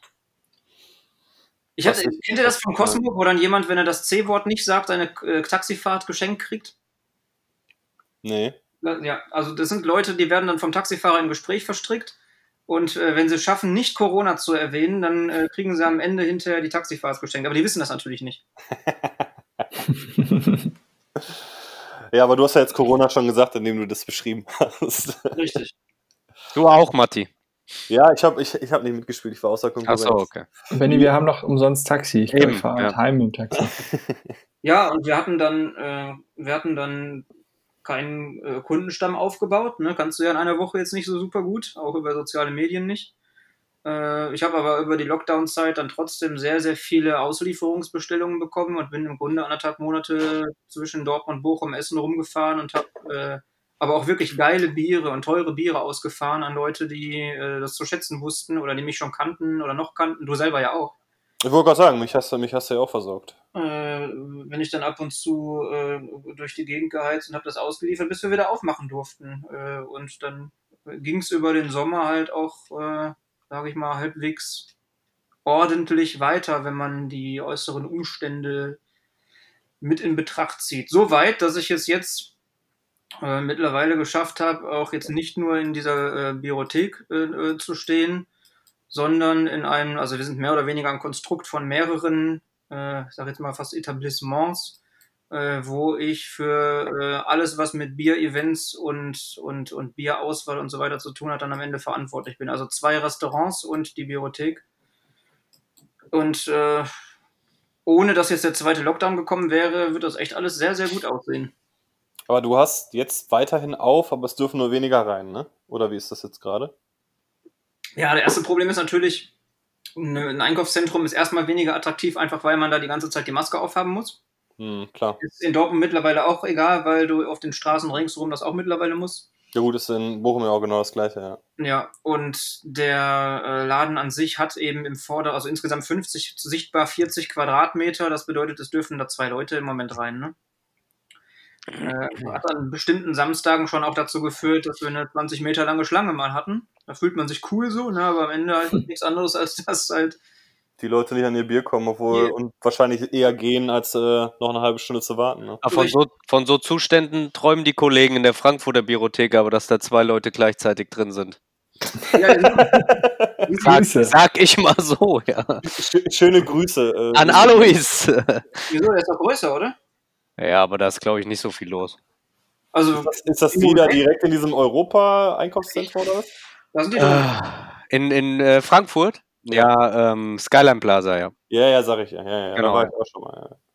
Ich Was hatte, ist- kennt ihr das von Cosmo, wo dann jemand, wenn er das C-Wort nicht sagt, eine äh, Taxifahrt geschenkt kriegt? Nee. Ja, also das sind Leute, die werden dann vom Taxifahrer im Gespräch verstrickt und äh, wenn sie es schaffen, nicht Corona zu erwähnen, dann äh, kriegen sie am Ende hinterher die Taxifahrt geschenkt. Aber die wissen das natürlich nicht. Ja, aber du hast ja jetzt Corona schon gesagt, indem du das beschrieben hast. Richtig. Du auch, Matti. Ja, ich habe ich, ich hab nicht mitgespielt, ich war außer Konkurrenz. Achso, okay. Benni, wir haben noch umsonst Taxi. Ich glaube, Eben, ich fahre ja. halt heim mit dem Taxi. Ja, und wir hatten dann, äh, wir hatten dann keinen äh, Kundenstamm aufgebaut. Ne? Kannst du ja in einer Woche jetzt nicht so super gut, auch über soziale Medien nicht. Äh, ich habe aber über die Lockdown-Zeit dann trotzdem sehr, sehr viele Auslieferungsbestellungen bekommen und bin im Grunde anderthalb Monate zwischen Dortmund, Bochum, Essen rumgefahren und habe äh, aber auch wirklich geile Biere und teure Biere ausgefahren an Leute, die äh, das zu schätzen wussten oder die mich schon kannten oder noch kannten. Du selber ja auch. Ich wollte gerade sagen, mich hast, du, mich hast du ja auch versorgt. Äh, wenn ich dann ab und zu äh, durch die Gegend geheizt und habe das ausgeliefert, bis wir wieder aufmachen durften. Äh, und dann ging es über den Sommer halt auch, äh, sage ich mal, halbwegs ordentlich weiter, wenn man die äußeren Umstände mit in Betracht zieht. So weit, dass ich es jetzt äh, mittlerweile geschafft habe, auch jetzt nicht nur in dieser äh, Biothek äh, zu stehen, sondern in einem, also wir sind mehr oder weniger ein Konstrukt von mehreren, äh, ich sage jetzt mal fast Etablissements, äh, wo ich für äh, alles, was mit Bier-Events und, und, und Bierauswahl und so weiter zu tun hat, dann am Ende verantwortlich bin. Also zwei Restaurants und die Biothek. Und äh, ohne dass jetzt der zweite Lockdown gekommen wäre, wird das echt alles sehr, sehr gut aussehen. Aber du hast jetzt weiterhin auf, aber es dürfen nur weniger rein, ne? Oder wie ist das jetzt gerade? Ja, das erste Problem ist natürlich, ein Einkaufszentrum ist erstmal weniger attraktiv, einfach weil man da die ganze Zeit die Maske aufhaben muss. Hm, klar. Ist in Dortmund mittlerweile auch egal, weil du auf den Straßen ringsherum das auch mittlerweile musst. Ja gut, ist in Bochum ja auch genau das gleiche, ja. Ja, und der äh, Laden an sich hat eben im Vorder-, also insgesamt fünfzig, sichtbar vierzig Quadratmeter. Das bedeutet, es dürfen da zwei Leute im Moment rein, ne? Äh, hat an bestimmten Samstagen schon auch dazu geführt, dass wir eine zwanzig Meter lange Schlange mal hatten. Da fühlt man sich cool so, ne? Aber am Ende halt nichts anderes, als dass halt Die Leute nicht an ihr Bier kommen, obwohl Nee. und wahrscheinlich eher gehen, als äh, noch eine halbe Stunde zu warten. Ne? Aber von, so, von so Zuständen träumen die Kollegen in der Frankfurter Biothek, aber dass da zwei Leute gleichzeitig drin sind. Ja, genau. Sag, Grüße. sag ich mal so, ja. Sch- Schöne Grüße. Äh, An Alois. Wieso? Der ist doch größer, oder? Ja, aber da ist, glaube ich, nicht so viel los. Also, Ist das, ist das die da direkt in diesem Europa-Einkaufszentrum oder was? da sind die doch. Äh, in in äh, Frankfurt? Ja, ähm, Skyline Plaza, ja. Ja, ja, sag ich ja. ja, ja. Genau. Da war ich auch schon mal. Ja.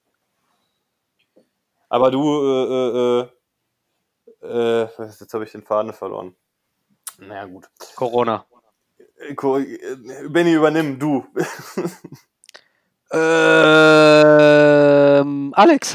Aber du, äh, äh, äh, jetzt habe ich den Faden verloren. Naja, gut. Corona. Äh, Co- äh, Benny, übernimm, du. Ähm, Alex.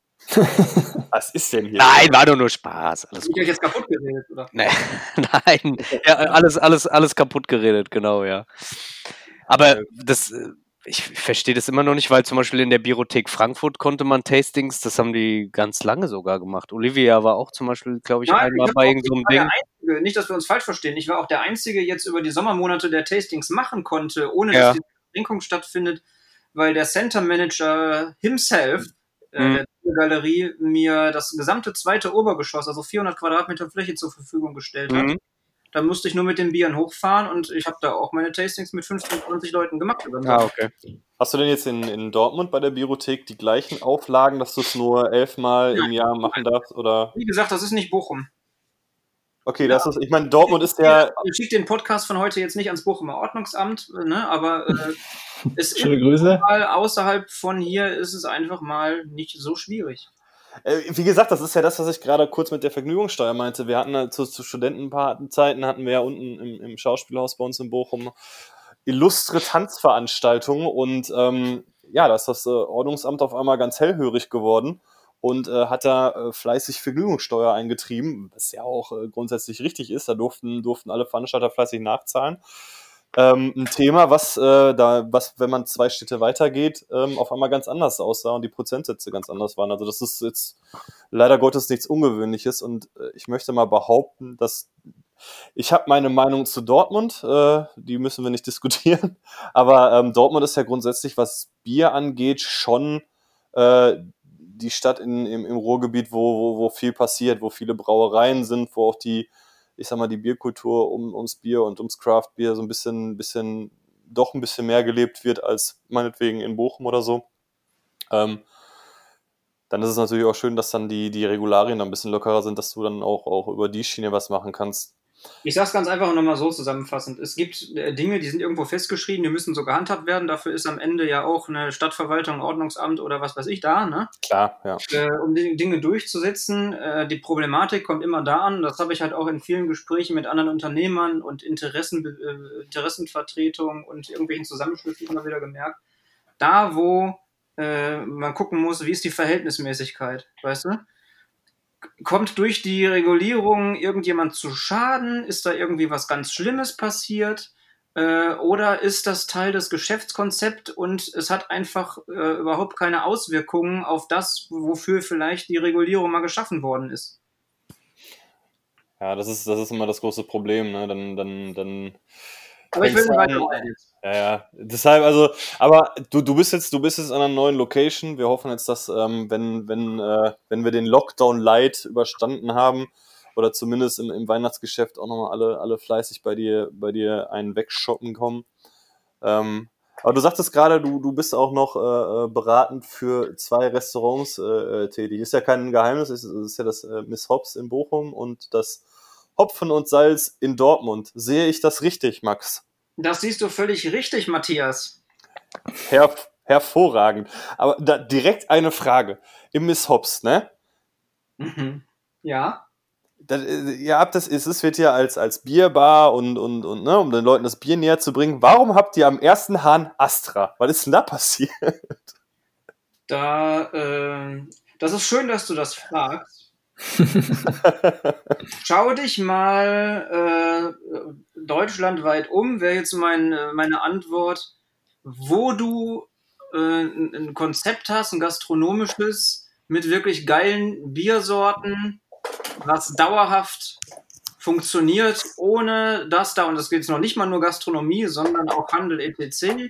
Was ist denn hier? Nein, war doch nur Spaß. Alles Hab ich gut. euch jetzt kaputt geredet, oder? Nee, nein, ja, alles, alles, alles kaputt geredet, genau, ja. Aber das, äh, ich verstehe das immer noch nicht, weil zum Beispiel in der Biothek Frankfurt konnte man Tastings, das haben die ganz lange sogar gemacht. Olivia war auch zum Beispiel, glaube ich, Nein, einmal ich bei war irgendeinem auch der Ding. Einzige, nicht, dass wir uns falsch verstehen, ich war auch der Einzige jetzt über die Sommermonate, der Tastings machen konnte, ohne Ja. dass die Beschränkung stattfindet, weil der Center Manager himself, äh, Mhm. der Galerie, mir das gesamte zweite Obergeschoss, also vierhundert Quadratmeter Fläche zur Verfügung gestellt hat. Mhm. Da musste ich nur mit den Bieren hochfahren und ich habe da auch meine Tastings mit fünfzehn, zwanzig Leuten gemacht. Über den Ah, Sommer. okay. Hast du denn jetzt in, in Dortmund bei der Biothek die gleichen Auflagen, dass du es nur elfmal im Jahr machen darfst? Oder? Wie gesagt, das ist nicht Bochum. Okay, das ist, ich meine, Dortmund ist ja, Ich schicke den Podcast von heute jetzt nicht ans Bochumer Ordnungsamt, ne, aber äh, es ist Schöne Grüße. mal außerhalb von hier ist es einfach mal nicht so schwierig. äh, wie gesagt, das ist ja das, was ich gerade kurz mit der Vergnügungssteuer meinte. Wir hatten halt zu, zu Studentenzeiten hatten wir ja unten im, im Schauspielhaus bei uns in Bochum illustre Tanzveranstaltungen und ähm, ja, da ist das äh, Ordnungsamt auf einmal ganz hellhörig geworden und äh, hat da äh, fleißig Vergnügungssteuer eingetrieben, was ja auch äh, grundsätzlich richtig ist. Da durften, durften alle Veranstalter fleißig nachzahlen. Ähm, ein Thema, was, äh, da, was, wenn man zwei Städte weitergeht, ähm, auf einmal ganz anders aussah und die Prozentsätze ganz anders waren. Also das ist jetzt leider Gottes nichts Ungewöhnliches und äh, ich möchte mal behaupten, dass ich habe meine Meinung zu Dortmund, äh, die müssen wir nicht diskutieren, aber ähm, Dortmund ist ja grundsätzlich, was Bier angeht, schon äh, die Stadt in, im, im Ruhrgebiet, wo, wo, wo viel passiert, wo viele Brauereien sind, wo auch die, ich sag mal, die Bierkultur um, ums Bier und ums Craft-Bier so ein bisschen, bisschen, doch ein bisschen mehr gelebt wird als meinetwegen in Bochum oder so. Ähm, dann ist es natürlich auch schön, dass dann die, die Regularien dann ein bisschen lockerer sind, dass du dann auch, auch über die Schiene was machen kannst. Ich sage es ganz einfach und nochmal so zusammenfassend. Es gibt äh, Dinge, die sind irgendwo festgeschrieben, die müssen so gehandhabt werden. Dafür ist am Ende ja auch eine Stadtverwaltung, Ordnungsamt oder was weiß ich da, ne? Klar, ja. Äh, um die Dinge durchzusetzen. Äh, die Problematik kommt immer da an, das habe ich halt auch in vielen Gesprächen mit anderen Unternehmern und Interessen, äh, Interessenvertretungen und irgendwelchen Zusammenschlüssen immer wieder gemerkt. Da, wo äh, man gucken muss, wie ist die Verhältnismäßigkeit, weißt du? Kommt durch die Regulierung irgendjemand zu Schaden? Ist da irgendwie was ganz Schlimmes passiert? Äh, oder ist das Teil des Geschäftskonzepts und es hat einfach äh, überhaupt keine Auswirkungen auf das, wofür vielleicht die Regulierung mal geschaffen worden ist? Ja, das ist, das ist immer das große Problem, ne? Dann, dann, dann. Aber ich will nicht fängt's an- weiter jetzt. Ja, ja. Deshalb, also, aber du, du bist jetzt, du bist jetzt an einer neuen Location. Wir hoffen jetzt, dass, ähm, wenn, wenn, äh, wenn wir den Lockdown Light überstanden haben oder zumindest im, im Weihnachtsgeschäft auch nochmal alle, alle fleißig bei dir, bei dir einen wegshoppen kommen. Ähm, aber du sagtest gerade, du, du bist auch noch äh, beratend für zwei Restaurants äh, tätig. Ist ja kein Geheimnis, ist, ist ja das äh, Miss Hops in Bochum und das Hopfen und Salz in Dortmund. Sehe ich das richtig, Max? Das siehst du völlig richtig, Matthias. Her hervorragend. Aber da direkt eine Frage. Im Miss Hops, ne? Mhm. Ja. Das, ihr habt das, es wird ja als, als Bierbar und, und, und ne, um den Leuten das Bier näher zu bringen. Warum habt ihr am ersten Hahn Astra? Was ist denn da passiert? Da, äh, das ist schön, dass du das fragst. Schau dich mal äh, deutschlandweit um, wäre jetzt mein, meine Antwort, wo du äh, ein, ein Konzept hast, ein gastronomisches, mit wirklich geilen Biersorten, was dauerhaft funktioniert, ohne dass da, und das geht jetzt noch nicht mal nur Gastronomie, sondern auch Handel et cetera,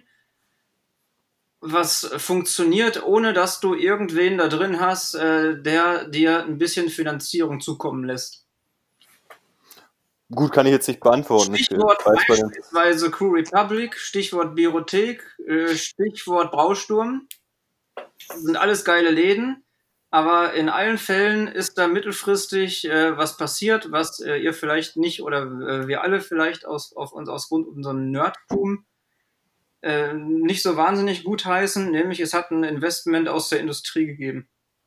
was funktioniert, ohne dass du irgendwen da drin hast, äh, der dir ein bisschen Finanzierung zukommen lässt. Gut, kann ich jetzt nicht beantworten. Stichwort Ich weiß beispielsweise Crew Republic, Stichwort Biothek, äh, Stichwort Brausturm. Das sind alles geile Läden, aber in allen Fällen ist da mittelfristig äh, was passiert, was äh, ihr vielleicht nicht oder äh, wir alle vielleicht aus, auf uns aus Grund unserem Nerdtum äh, nicht so wahnsinnig gut heißen, nämlich es hat ein Investment aus der Industrie gegeben.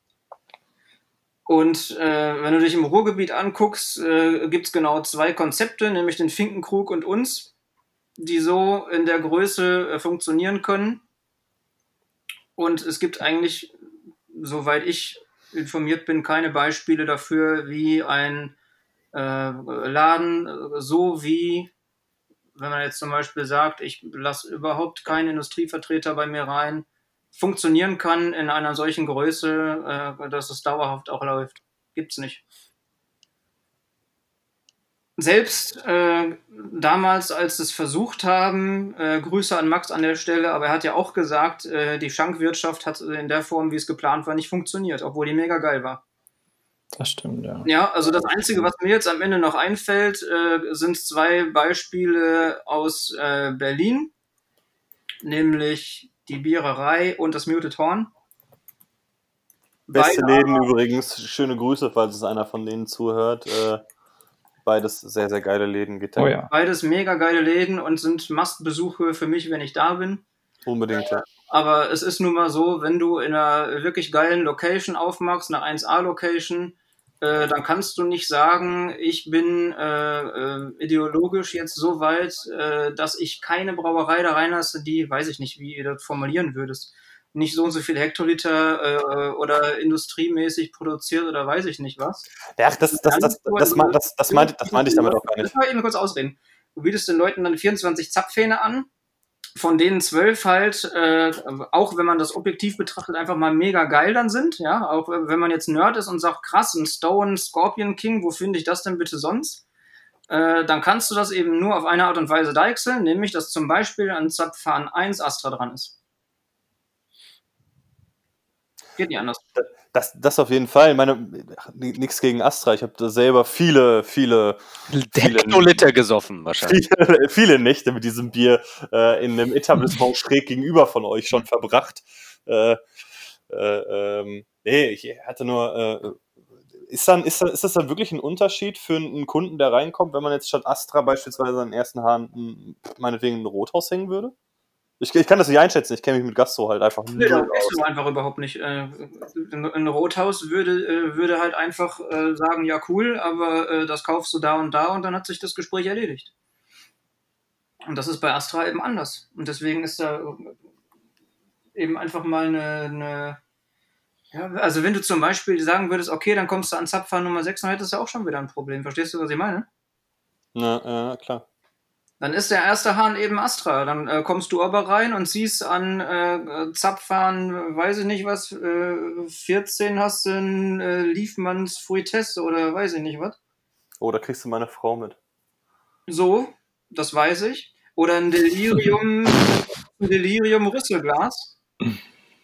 Und äh, wenn du dich im Ruhrgebiet anguckst, äh, gibt es genau zwei Konzepte, nämlich den Finkenkrug und uns, die so in der Größe äh, funktionieren können. Und es gibt eigentlich, soweit ich informiert bin, keine Beispiele dafür, wie ein äh, Laden äh, so wie, wenn man jetzt zum Beispiel sagt, ich lasse überhaupt keinen Industrievertreter bei mir rein, funktionieren kann in einer solchen Größe, äh, dass es dauerhaft auch läuft. Gibt's nicht. Selbst äh, damals, als sie es versucht haben, äh, Grüße an Max an der Stelle, aber er hat ja auch gesagt, äh, die Schankwirtschaft hat in der Form, wie es geplant war, nicht funktioniert, obwohl die mega geil war. Das stimmt, ja. Ja, also das Einzige, was mir jetzt am Ende noch einfällt, äh, sind zwei Beispiele aus äh, Berlin, nämlich die Biererei und das Muted Horn. Beste Beide Läden übrigens, schöne Grüße, falls es einer von denen zuhört. Äh, beides sehr, sehr geile Läden. Geht Oh ja. Beides mega geile Läden und sind Must-Besuche für mich, wenn ich da bin. Unbedingt, ja. Aber es ist nun mal so, wenn du in einer wirklich geilen Location aufmachst, eine eins A Location, äh, dann kannst du nicht sagen, ich bin äh, äh, ideologisch jetzt so weit, äh, dass ich keine Brauerei da reinlasse, die, weiß ich nicht, wie ihr das formulieren würdest, nicht so und so viel Hektoliter äh, oder industriemäßig produziert oder weiß ich nicht was. Ja, das, das, das, das, das, das, das, das, meinte, das meinte ich damit auch gar nicht. Lass mal eben kurz ausreden. Du bietest den Leuten dann vierundzwanzig Zapfhähne an, von denen zwölf halt, äh, auch wenn man das objektiv betrachtet, einfach mal mega geil dann sind, ja, auch wenn man jetzt Nerd ist und sagt, krass, ein Stone Scorpion King, wo finde ich das denn bitte sonst? Äh, dann kannst du das eben nur auf eine Art und Weise deichseln, nämlich, dass zum Beispiel an Zapfhahn eins Astra dran ist. Geht nicht anders. Das, das auf jeden Fall. Ich meine, nichts gegen Astra. Ich habe da selber viele, viele, viele Hektoliter gesoffen wahrscheinlich. Viele, viele Nächte mit diesem Bier äh, in einem Etablissement schräg gegenüber von euch schon verbracht. Äh, äh, ähm, nee, ich hatte nur. Äh, ist, dann, ist, dann, ist das dann wirklich ein Unterschied für einen Kunden, der reinkommt, wenn man jetzt statt Astra beispielsweise an den ersten Hahn meinetwegen ein Rothaus hängen würde? Ich, ich kann das nicht einschätzen, ich kenne mich mit Gastro halt einfach null aus. Nee, du einfach überhaupt nicht. Ein Rothaus würde, würde halt einfach sagen, ja cool, aber das kaufst du da und da und dann hat sich das Gespräch erledigt. Und das ist bei Astra eben anders. Und deswegen ist da eben einfach mal eine, eine ja, also wenn du zum Beispiel sagen würdest, okay, dann kommst du an Zapfhahn Nummer sechs, dann hättest du auch schon wieder ein Problem. Verstehst du, was ich meine? Na, ja, klar. Dann ist der erste Hahn eben Astra. Dann äh, kommst du aber rein und siehst an äh, Zapfhahn, weiß ich nicht was, äh, vierzehn hast du einen äh, Liefmanns Fruitesse oder weiß ich nicht was. Oh, da kriegst du meine Frau mit. So, das weiß ich. Oder ein Delirium, ein Delirium Rüsselglas.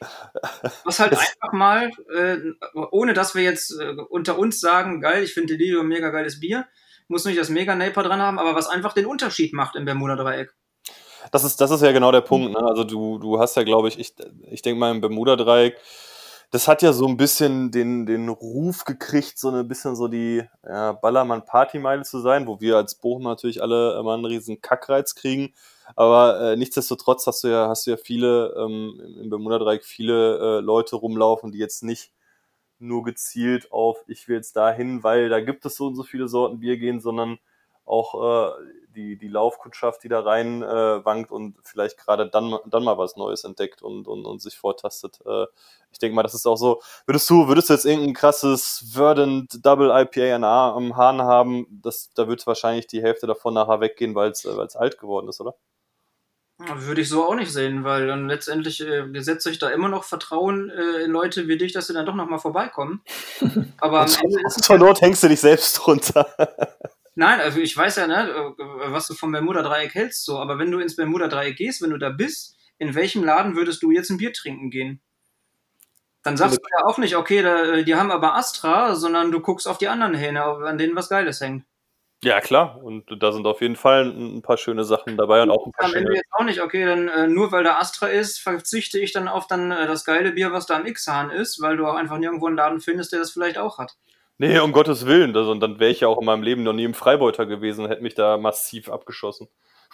Was halt einfach mal, äh, ohne dass wir jetzt äh, unter uns sagen, geil, ich finde Delirium mega geiles Bier, muss nicht das Mega Naper dran haben, aber was einfach den Unterschied macht im Bermuda-Dreieck. Das ist, das ist ja genau der Punkt, ne? Also du, du hast ja, glaube ich, ich, ich denke mal im Bermuda-Dreieck, das hat ja so ein bisschen den, den Ruf gekriegt, so ein bisschen so die ja, Ballermann-Partymeile zu sein, wo wir als Bochum natürlich alle immer einen riesen Kackreiz kriegen. Aber äh, nichtsdestotrotz hast du ja, hast du ja viele, ähm, im Bermuda-Dreieck viele äh, Leute rumlaufen, die jetzt nicht nur gezielt auf, ich will jetzt dahin, weil da gibt es so und so viele Sorten Bier gehen, sondern auch äh, die, die Laufkundschaft, die da rein äh, wankt und vielleicht gerade dann, dann mal was Neues entdeckt und, und, und sich vortastet. Äh, ich denke mal, das ist auch so, würdest du, würdest du jetzt irgendein krasses Verdant Double I P A N A am Hahn haben, das, da wird wahrscheinlich die Hälfte davon nachher weggehen, weil es äh, alt geworden ist, oder? Würde ich so auch nicht sehen, weil dann letztendlich äh, setzt sich da immer noch Vertrauen äh, in Leute wie dich, dass sie dann doch nochmal vorbeikommen. Aber am Ende ist es Zur Not hängst du dich selbst drunter. Nein, also ich weiß ja, ne, was du vom Bermuda-Dreieck hältst, so, aber wenn du ins Bermuda-Dreieck gehst, wenn du da bist, in welchem Laden würdest du jetzt ein Bier trinken gehen? Dann sagst du ja auch nicht, okay, da, die haben aber Astra, sondern du guckst auf die anderen Hähne, an denen was Geiles hängt. Ja, klar. Und da sind auf jeden Fall ein paar schöne Sachen dabei und auch ein paar Am schöne... Ende jetzt auch nicht, okay, dann äh, nur weil da Astra ist, verzichte ich dann auf dann äh, das geile Bier, was da am X-Hahn ist, weil du auch einfach nirgendwo einen Laden findest, der das vielleicht auch hat. Nee, um Gottes Willen. Das, und dann wäre ich ja auch in meinem Leben noch nie im Freibeuter gewesen und hätte mich da massiv abgeschossen.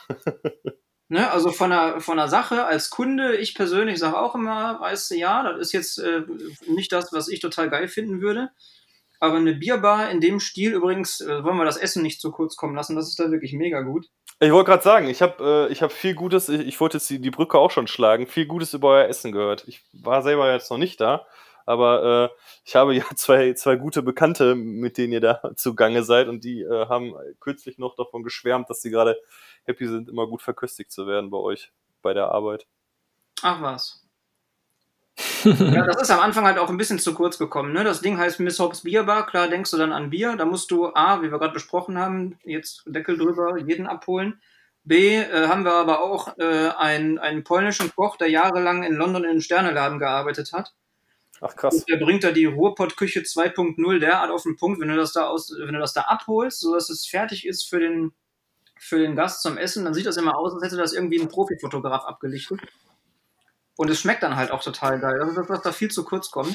Ne, also von der, von der Sache als Kunde, ich persönlich sage auch immer, weißt du, ja, das ist jetzt äh, nicht das, was ich total geil finden würde. Aber eine Bierbar in dem Stil, übrigens, äh, wollen wir das Essen nicht zu kurz kommen lassen, das ist da wirklich mega gut. Ich wollte gerade sagen, ich habe äh, ich hab viel Gutes, ich, ich wollte jetzt die, die Brücke auch schon schlagen, viel Gutes über euer Essen gehört. Ich war selber jetzt noch nicht da, aber äh, ich habe ja zwei, zwei gute Bekannte, mit denen ihr da zugange seid und die äh, haben kürzlich noch davon geschwärmt, dass sie gerade happy sind, immer gut verköstigt zu werden bei euch, bei der Arbeit. Ach was. Ja, das ist am Anfang halt auch ein bisschen zu kurz gekommen. Ne? Das Ding heißt Miss Hobbs Bierbar, klar denkst du dann an Bier, da musst du A, wie wir gerade besprochen haben, jetzt Deckel drüber, jeden abholen. B, äh, haben wir aber auch äh, einen, einen polnischen Koch, der jahrelang in London in einem Sterneladen gearbeitet hat. Ach krass. Und der bringt da die Ruhrpott-Küche zwei Punkt null derart auf den Punkt, wenn du das da aus, wenn du das da abholst, sodass es fertig ist für den, für den Gast zum Essen, dann sieht das immer aus, als hätte das irgendwie ein Profifotograf abgelichtet. Und es schmeckt dann halt auch total geil. Das ist das, was da viel zu kurz kommt.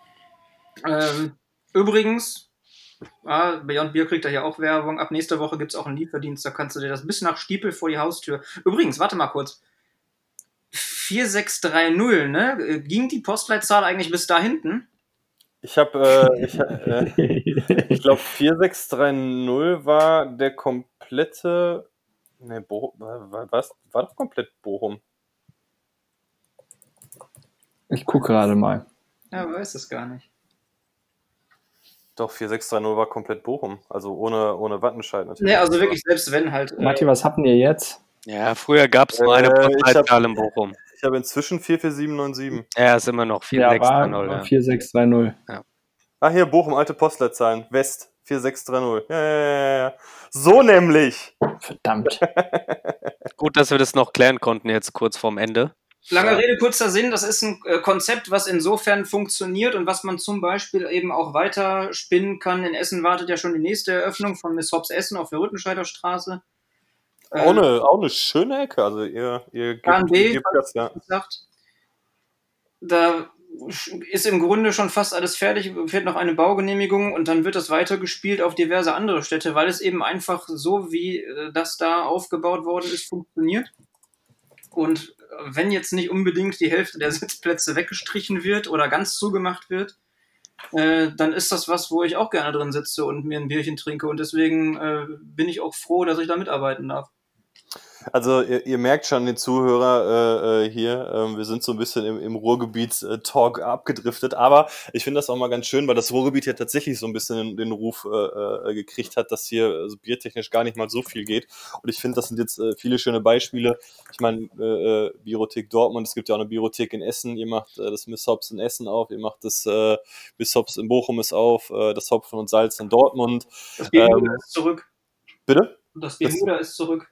Ähm, übrigens, ja, Beyond Beer kriegt da ja auch Werbung. Ab nächster Woche gibt es auch einen Lieferdienst. Da kannst du dir das bis nach Stiepel vor die Haustür. Übrigens, warte mal kurz. vier sechs drei null, ne? Ging die Postleitzahl eigentlich bis da hinten? Ich habe, äh, ich, äh, ich glaube, vier sechs drei null war der komplette. Ne, Bochum. Was? War das komplett Bochum? Ich gucke gerade mal. Ja, weiß es gar nicht. Doch, vier sechs drei null war komplett Bochum. Also ohne, ohne Wattenscheid natürlich. Ne, also wirklich, selbst wenn halt. Äh, Matti, was habt ihr jetzt? Ja, früher gab es mal eine Äh, ich Postleitzahl hab- in Bochum. Ich habe inzwischen vier vier sieben neun sieben. Ja, ist immer noch vier Ja, sechs drei null. war Ja. vier sechs drei null. Ah, hier, Bochum, alte Postleitzahlen. West, vier sechs drei null. Ja, ja, ja, ja. So nämlich. Verdammt. Gut, dass wir das noch klären konnten jetzt kurz vorm Ende. Lange Ja. Rede, kurzer Sinn, das ist ein äh, Konzept, was insofern funktioniert und was man zum Beispiel eben auch weiter spinnen kann. In Essen wartet ja schon die nächste Eröffnung von Miss Hobbs Essen auf der Rüttenscheider Straße. Äh, Auch eine, auch eine schöne Ecke. Also ihr, ihr Plan gebt, B, ihr gebt das, ja. gesagt. Da ist im Grunde schon fast alles fertig, fehlt noch eine Baugenehmigung und dann wird das weitergespielt auf diverse andere Städte, weil es eben einfach so, wie äh, das da aufgebaut worden ist, funktioniert. Und wenn jetzt nicht unbedingt die Hälfte der Sitzplätze weggestrichen wird oder ganz zugemacht wird, äh, dann ist das was, wo ich auch gerne drin sitze und mir ein Bierchen trinke. Und deswegen äh, bin ich auch froh, dass ich da mitarbeiten darf. Also ihr, ihr merkt schon, den Zuhörer äh, hier, äh, wir sind so ein bisschen im, im Ruhrgebiet-Talk abgedriftet, aber ich finde das auch mal ganz schön, weil das Ruhrgebiet ja tatsächlich so ein bisschen den, den Ruf äh, äh, gekriegt hat, dass hier also biertechnisch gar nicht mal so viel geht. Und ich finde, das sind jetzt äh, viele schöne Beispiele. Ich meine, äh, Biothek Dortmund, es gibt ja auch eine Biothek in Essen, ihr macht äh, das Miss Hobbs in Essen auf, ihr macht das äh, Miss Hobbs in Bochum ist auf, äh, das Hopfen und Salz in Dortmund. Das Biermuder Ähm, ist zurück. Bitte? Das Biermuder ist zurück.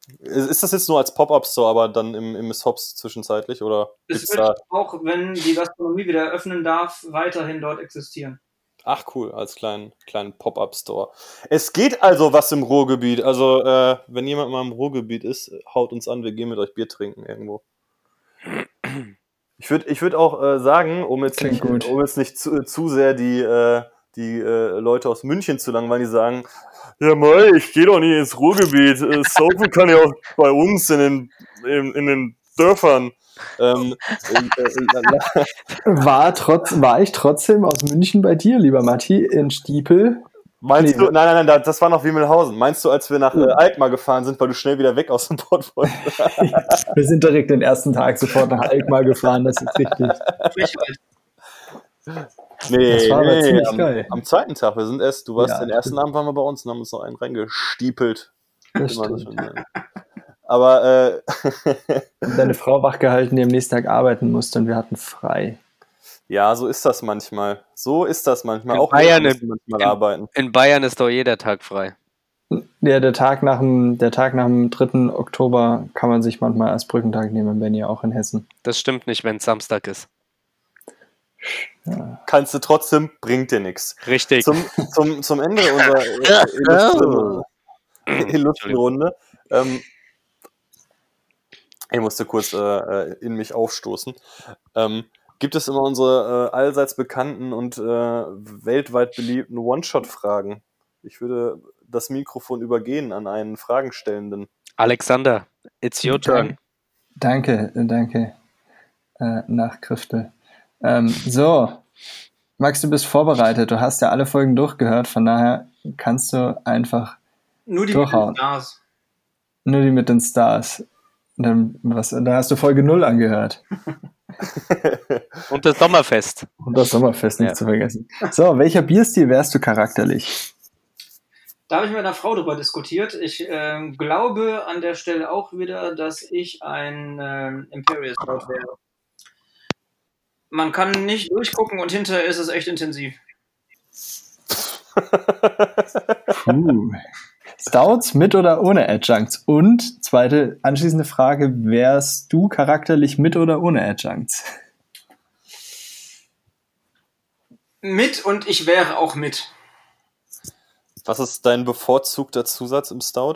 Ist das jetzt nur als Pop-Up-Store, aber dann im, im Miss Hobbs zwischenzeitlich? Oder Es gibt's wird da. auch, wenn die Gastronomie wieder öffnen darf, weiterhin dort existieren. Ach cool, als kleinen, kleinen Pop-Up-Store. Es geht also was im Ruhrgebiet. Also, äh, wenn jemand mal im Ruhrgebiet ist, haut uns an, wir gehen mit euch Bier trinken irgendwo. Ich würde ich würd auch äh, sagen, um jetzt Klingt nicht, gut. um jetzt nicht zu, zu sehr die, äh, die äh, Leute aus München zu langweilen, die sagen, ja mei, ich gehe doch nie ins Ruhrgebiet. Äh, Saufen kann ja auch bei uns in den, in, in den Dörfern. Ähm, äh, äh, War, trotz, war ich trotzdem aus München bei dir, lieber Matti, in Stiepel? Meinst Nee. du, nein, nein, nein, das war noch Wimmelhausen. Meinst du, als wir nach äh, Alkmaar gefahren sind, weil du schnell wieder weg aus dem Pott wolltest? Wir sind direkt den ersten Tag sofort nach Alkmaar gefahren, das ist richtig. Frechheit. Nee, Das war aber nee, ziemlich am, geil. am zweiten Tag. Wir sind erst, du warst Ja, den ersten Abend waren wir bei uns und haben uns noch einen reingestiepelt. Das Wie man so stimmt. schön sagt. Aber äh, Und deine Frau wachgehalten, die am nächsten Tag arbeiten musste und wir hatten frei. ja, so ist das manchmal. So ist das manchmal. In Auch Bayern wir müssen manchmal in- arbeiten. In Bayern ist doch jeder Tag frei. Ja, der Tag nach dem, der Tag nach dem dritten Oktober kann man sich manchmal als Brückentag nehmen, Benny, auch in Hessen. Das stimmt nicht, wenn es Samstag ist. Kannst du trotzdem, bringt dir nichts. Richtig. Zum, zum, zum Ende unserer äh, illustren, illustren Runde. Ähm, ich musste kurz äh, in mich aufstoßen. Ähm, gibt es immer unsere äh, allseits bekannten und äh, weltweit beliebten One-Shot-Fragen? Ich würde das Mikrofon übergehen an einen Fragenstellenden. Alexander, it's your turn. Danke, danke. Äh, nach Kriftel. Ähm, so, Max, du bist vorbereitet. Du hast ja alle Folgen durchgehört, von daher kannst du einfach Nur die Durchhauen. Stars. nur die mit den Stars. Dann, was, da hast du Folge null angehört. Und das Sommerfest. Und das Sommerfest nicht Ja. zu vergessen. So, welcher Bierstil wärst du charakterlich? Da habe ich mit einer Frau drüber diskutiert. Ich ähm, glaube an der Stelle auch wieder, dass ich ein ähm, Imperial Stout wäre. Man kann nicht durchgucken und hinterher ist es echt intensiv. Puh. Stouts mit oder ohne Adjuncts? Und zweite anschließende Frage, wärst du charakterlich mit oder ohne Adjuncts? Mit und ich wäre auch mit. Was ist dein bevorzugter Zusatz im Stout?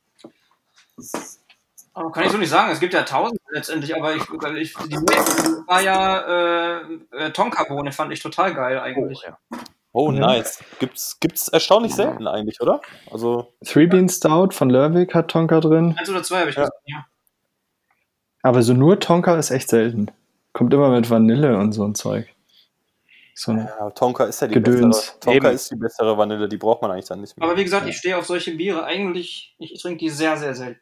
Aber kann ich so nicht sagen. Es gibt ja tausend letztendlich, aber ich, ich die war ja äh, äh, Tonkabohne, fand ich total geil eigentlich. Oh, Ja. nice. Gibt's, gibt's erstaunlich selten eigentlich, oder? Also, Three Bean Stout von Lurvik hat Tonka drin. Eins oder zwei habe ich Ja. gesagt, ja. Aber so nur Tonka ist echt selten. Kommt immer mit Vanille und so ein Zeug. So ein ja, Tonka ist ja die Gedöns. bessere. Tonka Eben. ist die bessere Vanille, die braucht man eigentlich dann nicht mehr. Aber wie gesagt, ich stehe auf solche Biere eigentlich, ich, ich trinke die sehr, sehr selten.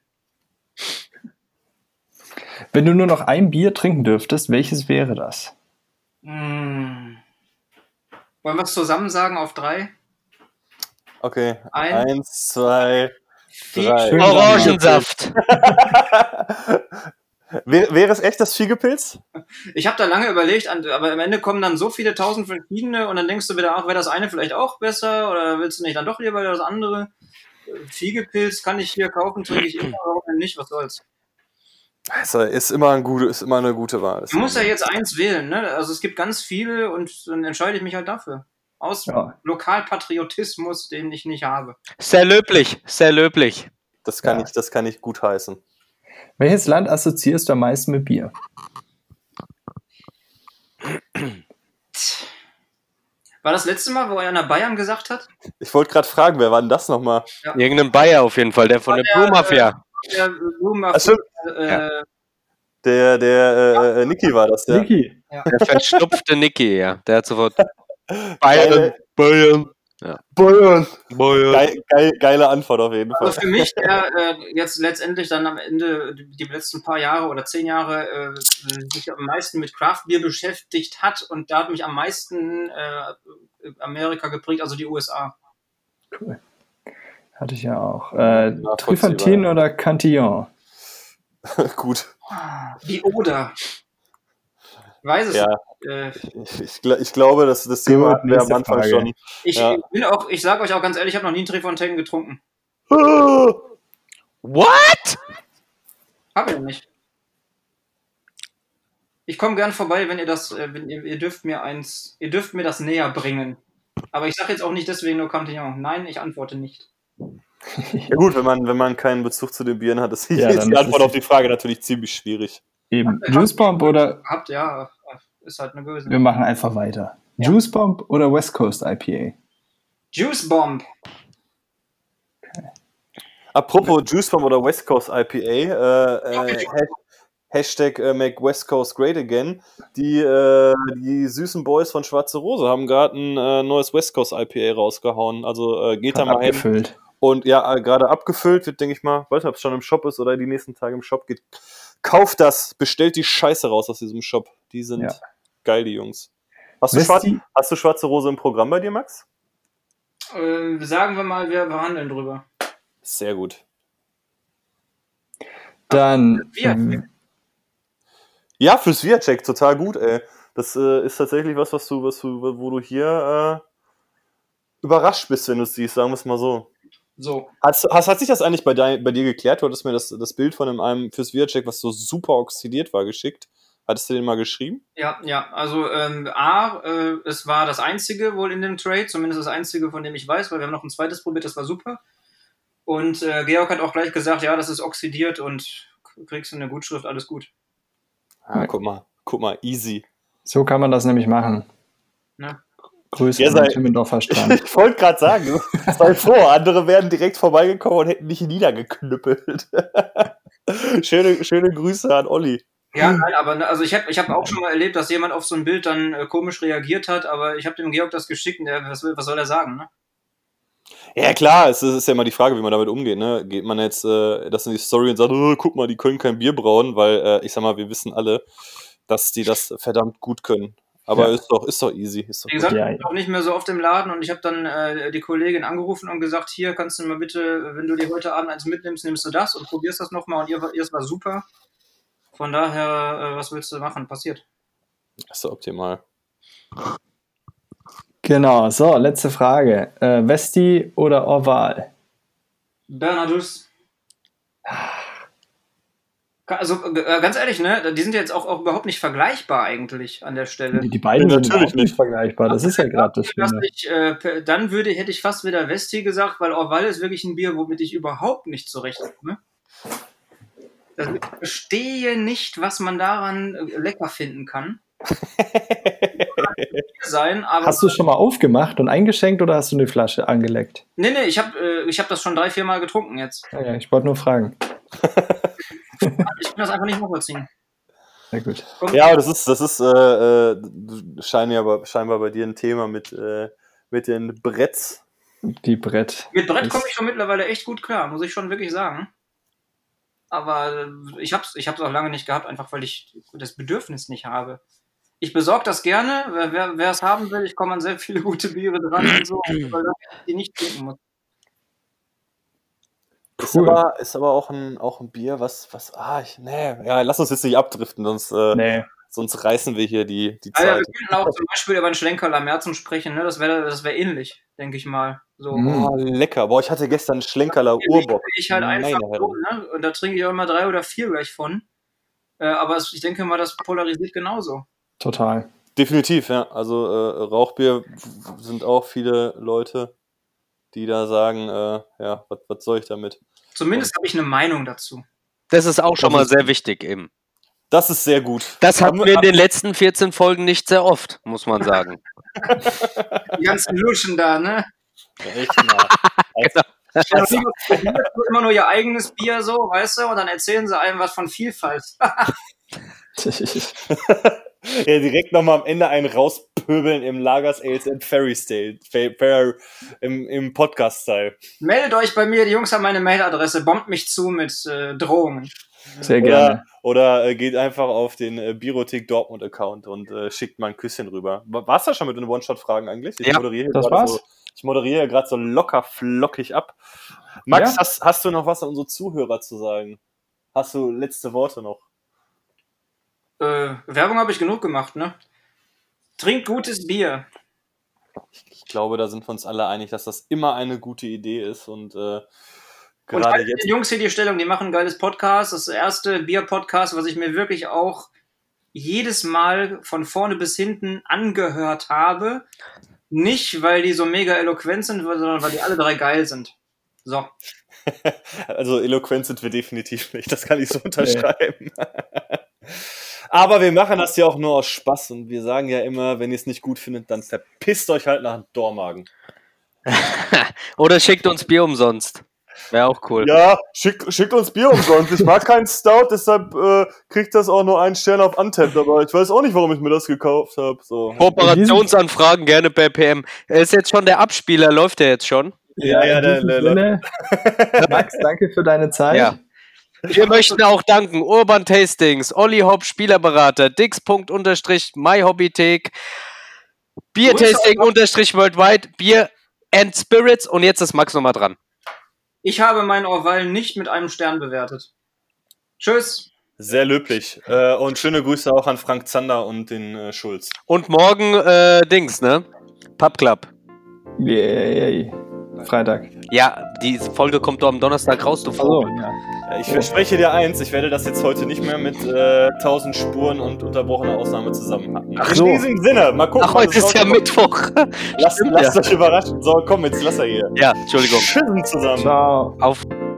Wenn du nur noch ein Bier trinken dürftest, welches wäre das? Mm. Wollen wir es zusammen sagen auf drei? Okay, Ein- eins, zwei, Vier. drei. Schön. Orangensaft. Wäre wäre es echt das Fiegepilz? Ich habe da lange überlegt, an- aber am Ende kommen dann so viele tausend verschiedene und dann denkst du wieder, ach, wäre das eine vielleicht auch besser oder willst du nicht dann doch lieber das andere? Fiegepilz kann ich hier kaufen, trinke ich immer, warum denn nicht, was soll's. Also, ist immer, ein gute, ist immer eine gute Wahl. Du musst ja jetzt eins wählen, ne? Also es gibt ganz viele und dann entscheide ich mich halt dafür. Aus Ja. Lokalpatriotismus, den ich nicht habe. Sehr löblich, sehr löblich. Das kann, Ja. ich, das kann ich gut heißen. Welches Land assoziierst du am meisten mit Bier? War das letzte Mal, wo einer Bayern gesagt hat? Ich wollte gerade fragen, wer war denn das nochmal? Irgendein Bayer auf jeden Fall, der von War der der, Blue Mafia. Der Blumen Ach, stimmt. äh, Der, der äh, Niki war das, ja. Niki. Der verstopfte Niki, ja. Der hat sofort Geile, Bayern, Bayern, Bayern. Bayern. Geil, geil, geile Antwort auf jeden Fall. Also für mich, der äh, jetzt letztendlich dann am Ende die, die letzten paar Jahre oder zehn Jahre äh, sich am meisten mit Craft Beer beschäftigt hat und da hat mich am meisten äh, Amerika geprägt, also die U S A. Cool. Hatte ich ja auch. Äh, Nachvollziehbar. Trüfontaine oder Cantillon? Gut. Die Oder. Weiß es Ja, nicht. Äh, ich, ich, gl- ich glaube, dass das Thema hatten wir am nächste Anfang Frage. schon. ich Ja. bin auch, ich sage euch auch ganz ehrlich, ich habe noch nie einen Trefontaine getrunken. What? Hab ich nicht. Ich komme gern vorbei, wenn ihr das, äh, wenn ihr, ihr dürft mir eins, ihr dürft mir das näher bringen. Aber ich sage jetzt auch nicht deswegen nur Cantillon. Nein, ich antworte nicht. Ja gut, wenn man, wenn man keinen Bezug zu den Bieren hat, ist die, Ja, ist dann die ist Antwort es- auf die Frage natürlich ziemlich schwierig. Eben. Juice Bomb oder Habt, ja, ist halt eine Böse. wir machen einfach weiter. Juice Bomb oder West Coast I P Juice Bomb. Apropos Juice Bomb oder West Coast I P A, äh, äh, Has- Hashtag äh, Make West Coast Great Again. Die, äh, die süßen Boys von Schwarze Rose haben gerade ein äh, neues West Coast I P A rausgehauen. Also äh, geht A? da mal hin. Abgefüllt. Und ja, äh, gerade abgefüllt wird, denke ich mal. Weiß nicht, ob es schon im Shop ist oder die nächsten Tage im Shop geht. Kauft das, bestellt die Scheiße raus aus diesem Shop. Die sind Ja. geil, die Jungs. Hast du, Wisst Schwarz, ihr- hast du Schwarze Rose im Programm bei dir, Max? Äh, sagen wir mal, wir verhandeln drüber. Sehr gut. Dann Wir. ähm, Ja, fürs Viacheck total gut, ey. Das äh, ist tatsächlich was, was du, was du, wo du hier äh, überrascht bist, wenn du es siehst, sagen wir es mal so. So. Hast, hast, hat sich das eigentlich bei, dein, bei dir geklärt? Du hattest mir das, das Bild von einem, einem fürs Viacheck, was so super oxidiert war, geschickt. Hattest du den mal geschrieben? Ja, ja, also ähm, A, äh, es war das einzige wohl in dem Trade, zumindest das einzige, von dem ich weiß, weil wir haben noch ein zweites probiert, das war super. Und äh, Georg hat auch gleich gesagt, ja, das ist oxidiert und kriegst du eine Gutschrift, alles gut. Ah, guck mal, guck mal, easy. so kann man das nämlich machen. Ne? Grüße Ja, an sei- den Timmendorfer Strand. Ich wollte gerade sagen, sei froh, andere wären direkt vorbeigekommen und hätten dich niedergeknüppelt. schöne, schöne Grüße an Olli. Ja, nein, aber ne, also ich habe ich hab auch schon mal erlebt, dass jemand auf so ein Bild dann äh, komisch reagiert hat, aber ich habe dem Georg das geschickt und der, was, will, was soll er sagen, ne? Ja klar, es ist, ist ja immer die Frage, wie man damit umgeht. Ne? Geht man jetzt äh, das in die Story und sagt, oh, guck mal, die können kein Bier brauen, weil äh, ich sag mal, wir wissen alle, dass die das verdammt gut können. Aber Ja. ist doch, ist doch easy. Ist doch Wie gesagt, Ja, ich bin auch nicht mehr so oft im Laden und ich habe dann äh, die Kollegin angerufen und gesagt, hier kannst du mal bitte, wenn du dir heute Abend eins mitnimmst, nimmst du das und probierst das nochmal und ihr, ihr es war super. Von daher, äh, was willst du machen? Passiert. ist doch optimal. Genau, so, letzte Frage. Äh, Westi oder Orval? Bernardus. Also äh, ganz ehrlich, ne, die sind jetzt auch, auch überhaupt nicht vergleichbar eigentlich an der Stelle. Die, die beiden Nee, sind natürlich natürlich nicht nicht. vergleichbar. Das ist ja gerade das Dass Schöne. ich, äh, pe- dann würde, hätte ich fast wieder Westi gesagt, weil Orval ist wirklich ein Bier, womit ich überhaupt nicht zurechtkomme. Also ich verstehe nicht, was man daran äh, lecker finden kann. Sein, aber Hast du es schon mal aufgemacht und eingeschenkt oder hast du eine Flasche angeleckt? nee, nee, ich habe äh, ich hab das schon drei, vier Mal getrunken jetzt. Ja, ja, ich wollte nur fragen. Ich kann das einfach nicht nachvollziehen. Sehr gut. Komm, Ja, aber das ist, das ist äh, äh, scheint ja aber, scheinbar bei dir ein Thema mit, äh, mit den Bretts. Die Brett. Mit Brett ist- komme ich schon mittlerweile echt gut klar, muss ich schon wirklich sagen. Aber äh, ich hab's, ich hab's auch lange nicht gehabt, einfach weil ich das Bedürfnis nicht habe. Ich besorge das gerne, wer, wer, wer es haben will, ich komme an sehr viele gute Biere dran und so, weil ich die nicht trinken muss. Ist, Cool. aber, ist aber auch ein, auch ein Bier, was, was, ah, ich, nee, ja, lass uns jetzt nicht abdriften, sonst, äh, Nee. sonst reißen wir hier die, die Also, wir Zeit. könnten auch zum Beispiel über einen Schlenkerler Märzen sprechen, ne? Das wäre das wär ähnlich, denke ich mal. So. Mhm. Oh, lecker. Boah, ich hatte gestern einen Schlenkerler Urbock. Ich halt einfach Meine so, Herren. ne? Und da trinke ich auch immer drei oder vier gleich von. Äh, aber es, ich denke mal, das polarisiert genauso. Total. Definitiv, ja. Also äh, Rauchbier sind auch viele Leute, die da sagen, äh, ja, was, was soll ich damit? Zumindest habe ich eine Meinung dazu. Das ist auch schon Das mal ist- sehr wichtig eben. Das ist sehr gut. Das hatten Haben wir in den letzten vierzehn Folgen nicht sehr oft, muss man sagen. Die ganzen Luschen da, ne? Echt mal. Ja, die probieren immer nur ihr eigenes Bier so, weißt du, und dann erzählen sie einem was von Vielfalt. Ja, direkt nochmal am Ende einen rauspöbeln im Lagers Ales and Fairy Style, Fa- Fair, im, im Podcast-Style. Meldet euch bei mir, die Jungs haben meine Mailadresse, bombt mich zu mit äh, Drohungen. Sehr Oder, gerne. oder äh, geht einfach auf den äh, Birothek Dortmund Account und äh, schickt mal ein Küsschen rüber. War- War's das schon mit den One-Shot-Fragen eigentlich? Ich Ja, moderiere hier das gerade war's. so, ich moderiere hier gerade so locker flockig ab. Max, Ja. hast, hast du noch was an unsere Zuhörer zu sagen? Hast du letzte Worte noch? Äh, Werbung habe ich genug gemacht, ne? Trinkt gutes Bier. Ich glaube, da sind wir uns alle einig, dass das immer eine gute Idee ist und äh, Und gerade halt jetzt. den Jungs hier die Stellung, die machen ein geiles Podcast. Das ist der erste Bier-Podcast, was ich mir wirklich auch jedes Mal von vorne bis hinten angehört habe. Nicht, weil die so mega eloquent sind, sondern weil die alle drei geil sind. So. Also eloquent sind wir definitiv nicht, das kann ich so unterschreiben. Aber wir machen das ja auch nur aus Spaß und wir sagen ja immer, wenn ihr es nicht gut findet, dann verpisst euch halt nach dem Dormagen. Oder schickt uns Bier umsonst. Wäre auch cool. Ja, schick, schickt uns Bier umsonst. Ich mag keinen Stout, deshalb äh, kriegt das auch nur einen Stern auf Untappd, aber ich weiß auch nicht, warum ich mir das gekauft habe. So. Kooperationsanfragen gerne per P M. Er ist jetzt schon der Abspieler, läuft der jetzt schon? Ja, ja, in der, diesem der, Sinne, Max, danke für deine Zeit. Ja. Wir möchten auch danken Urban Tastings, Olli Hopp, Spielerberater, Dix.myhobbythek, Biertasting-worldwide, Bier and Spirits und jetzt ist Max nochmal dran. Ich habe meinen Orval nicht mit einem Stern bewertet. Tschüss. Sehr löblich. Äh, und schöne Grüße auch an Frank Zander und den äh, Schulz. Und morgen äh, Dings, ne? Pub Club. Yay. Freitag. Ja, die Folge kommt doch am Donnerstag raus, du Also, Vogel. ja. Ich verspreche dir eins, ich werde das jetzt heute nicht mehr mit äh, tausend Spuren und unterbrochener Ausnahme zusammenpacken. Ach In so. diesem Sinne, mal gucken. Ach, was heute es ist ja rauskommt. Mittwoch. Lasst, Stimmt, lasst ja. euch überraschen. So, komm, jetzt lass er hier. Ja, Entschuldigung. Tschüss zusammen. Ciao. Auf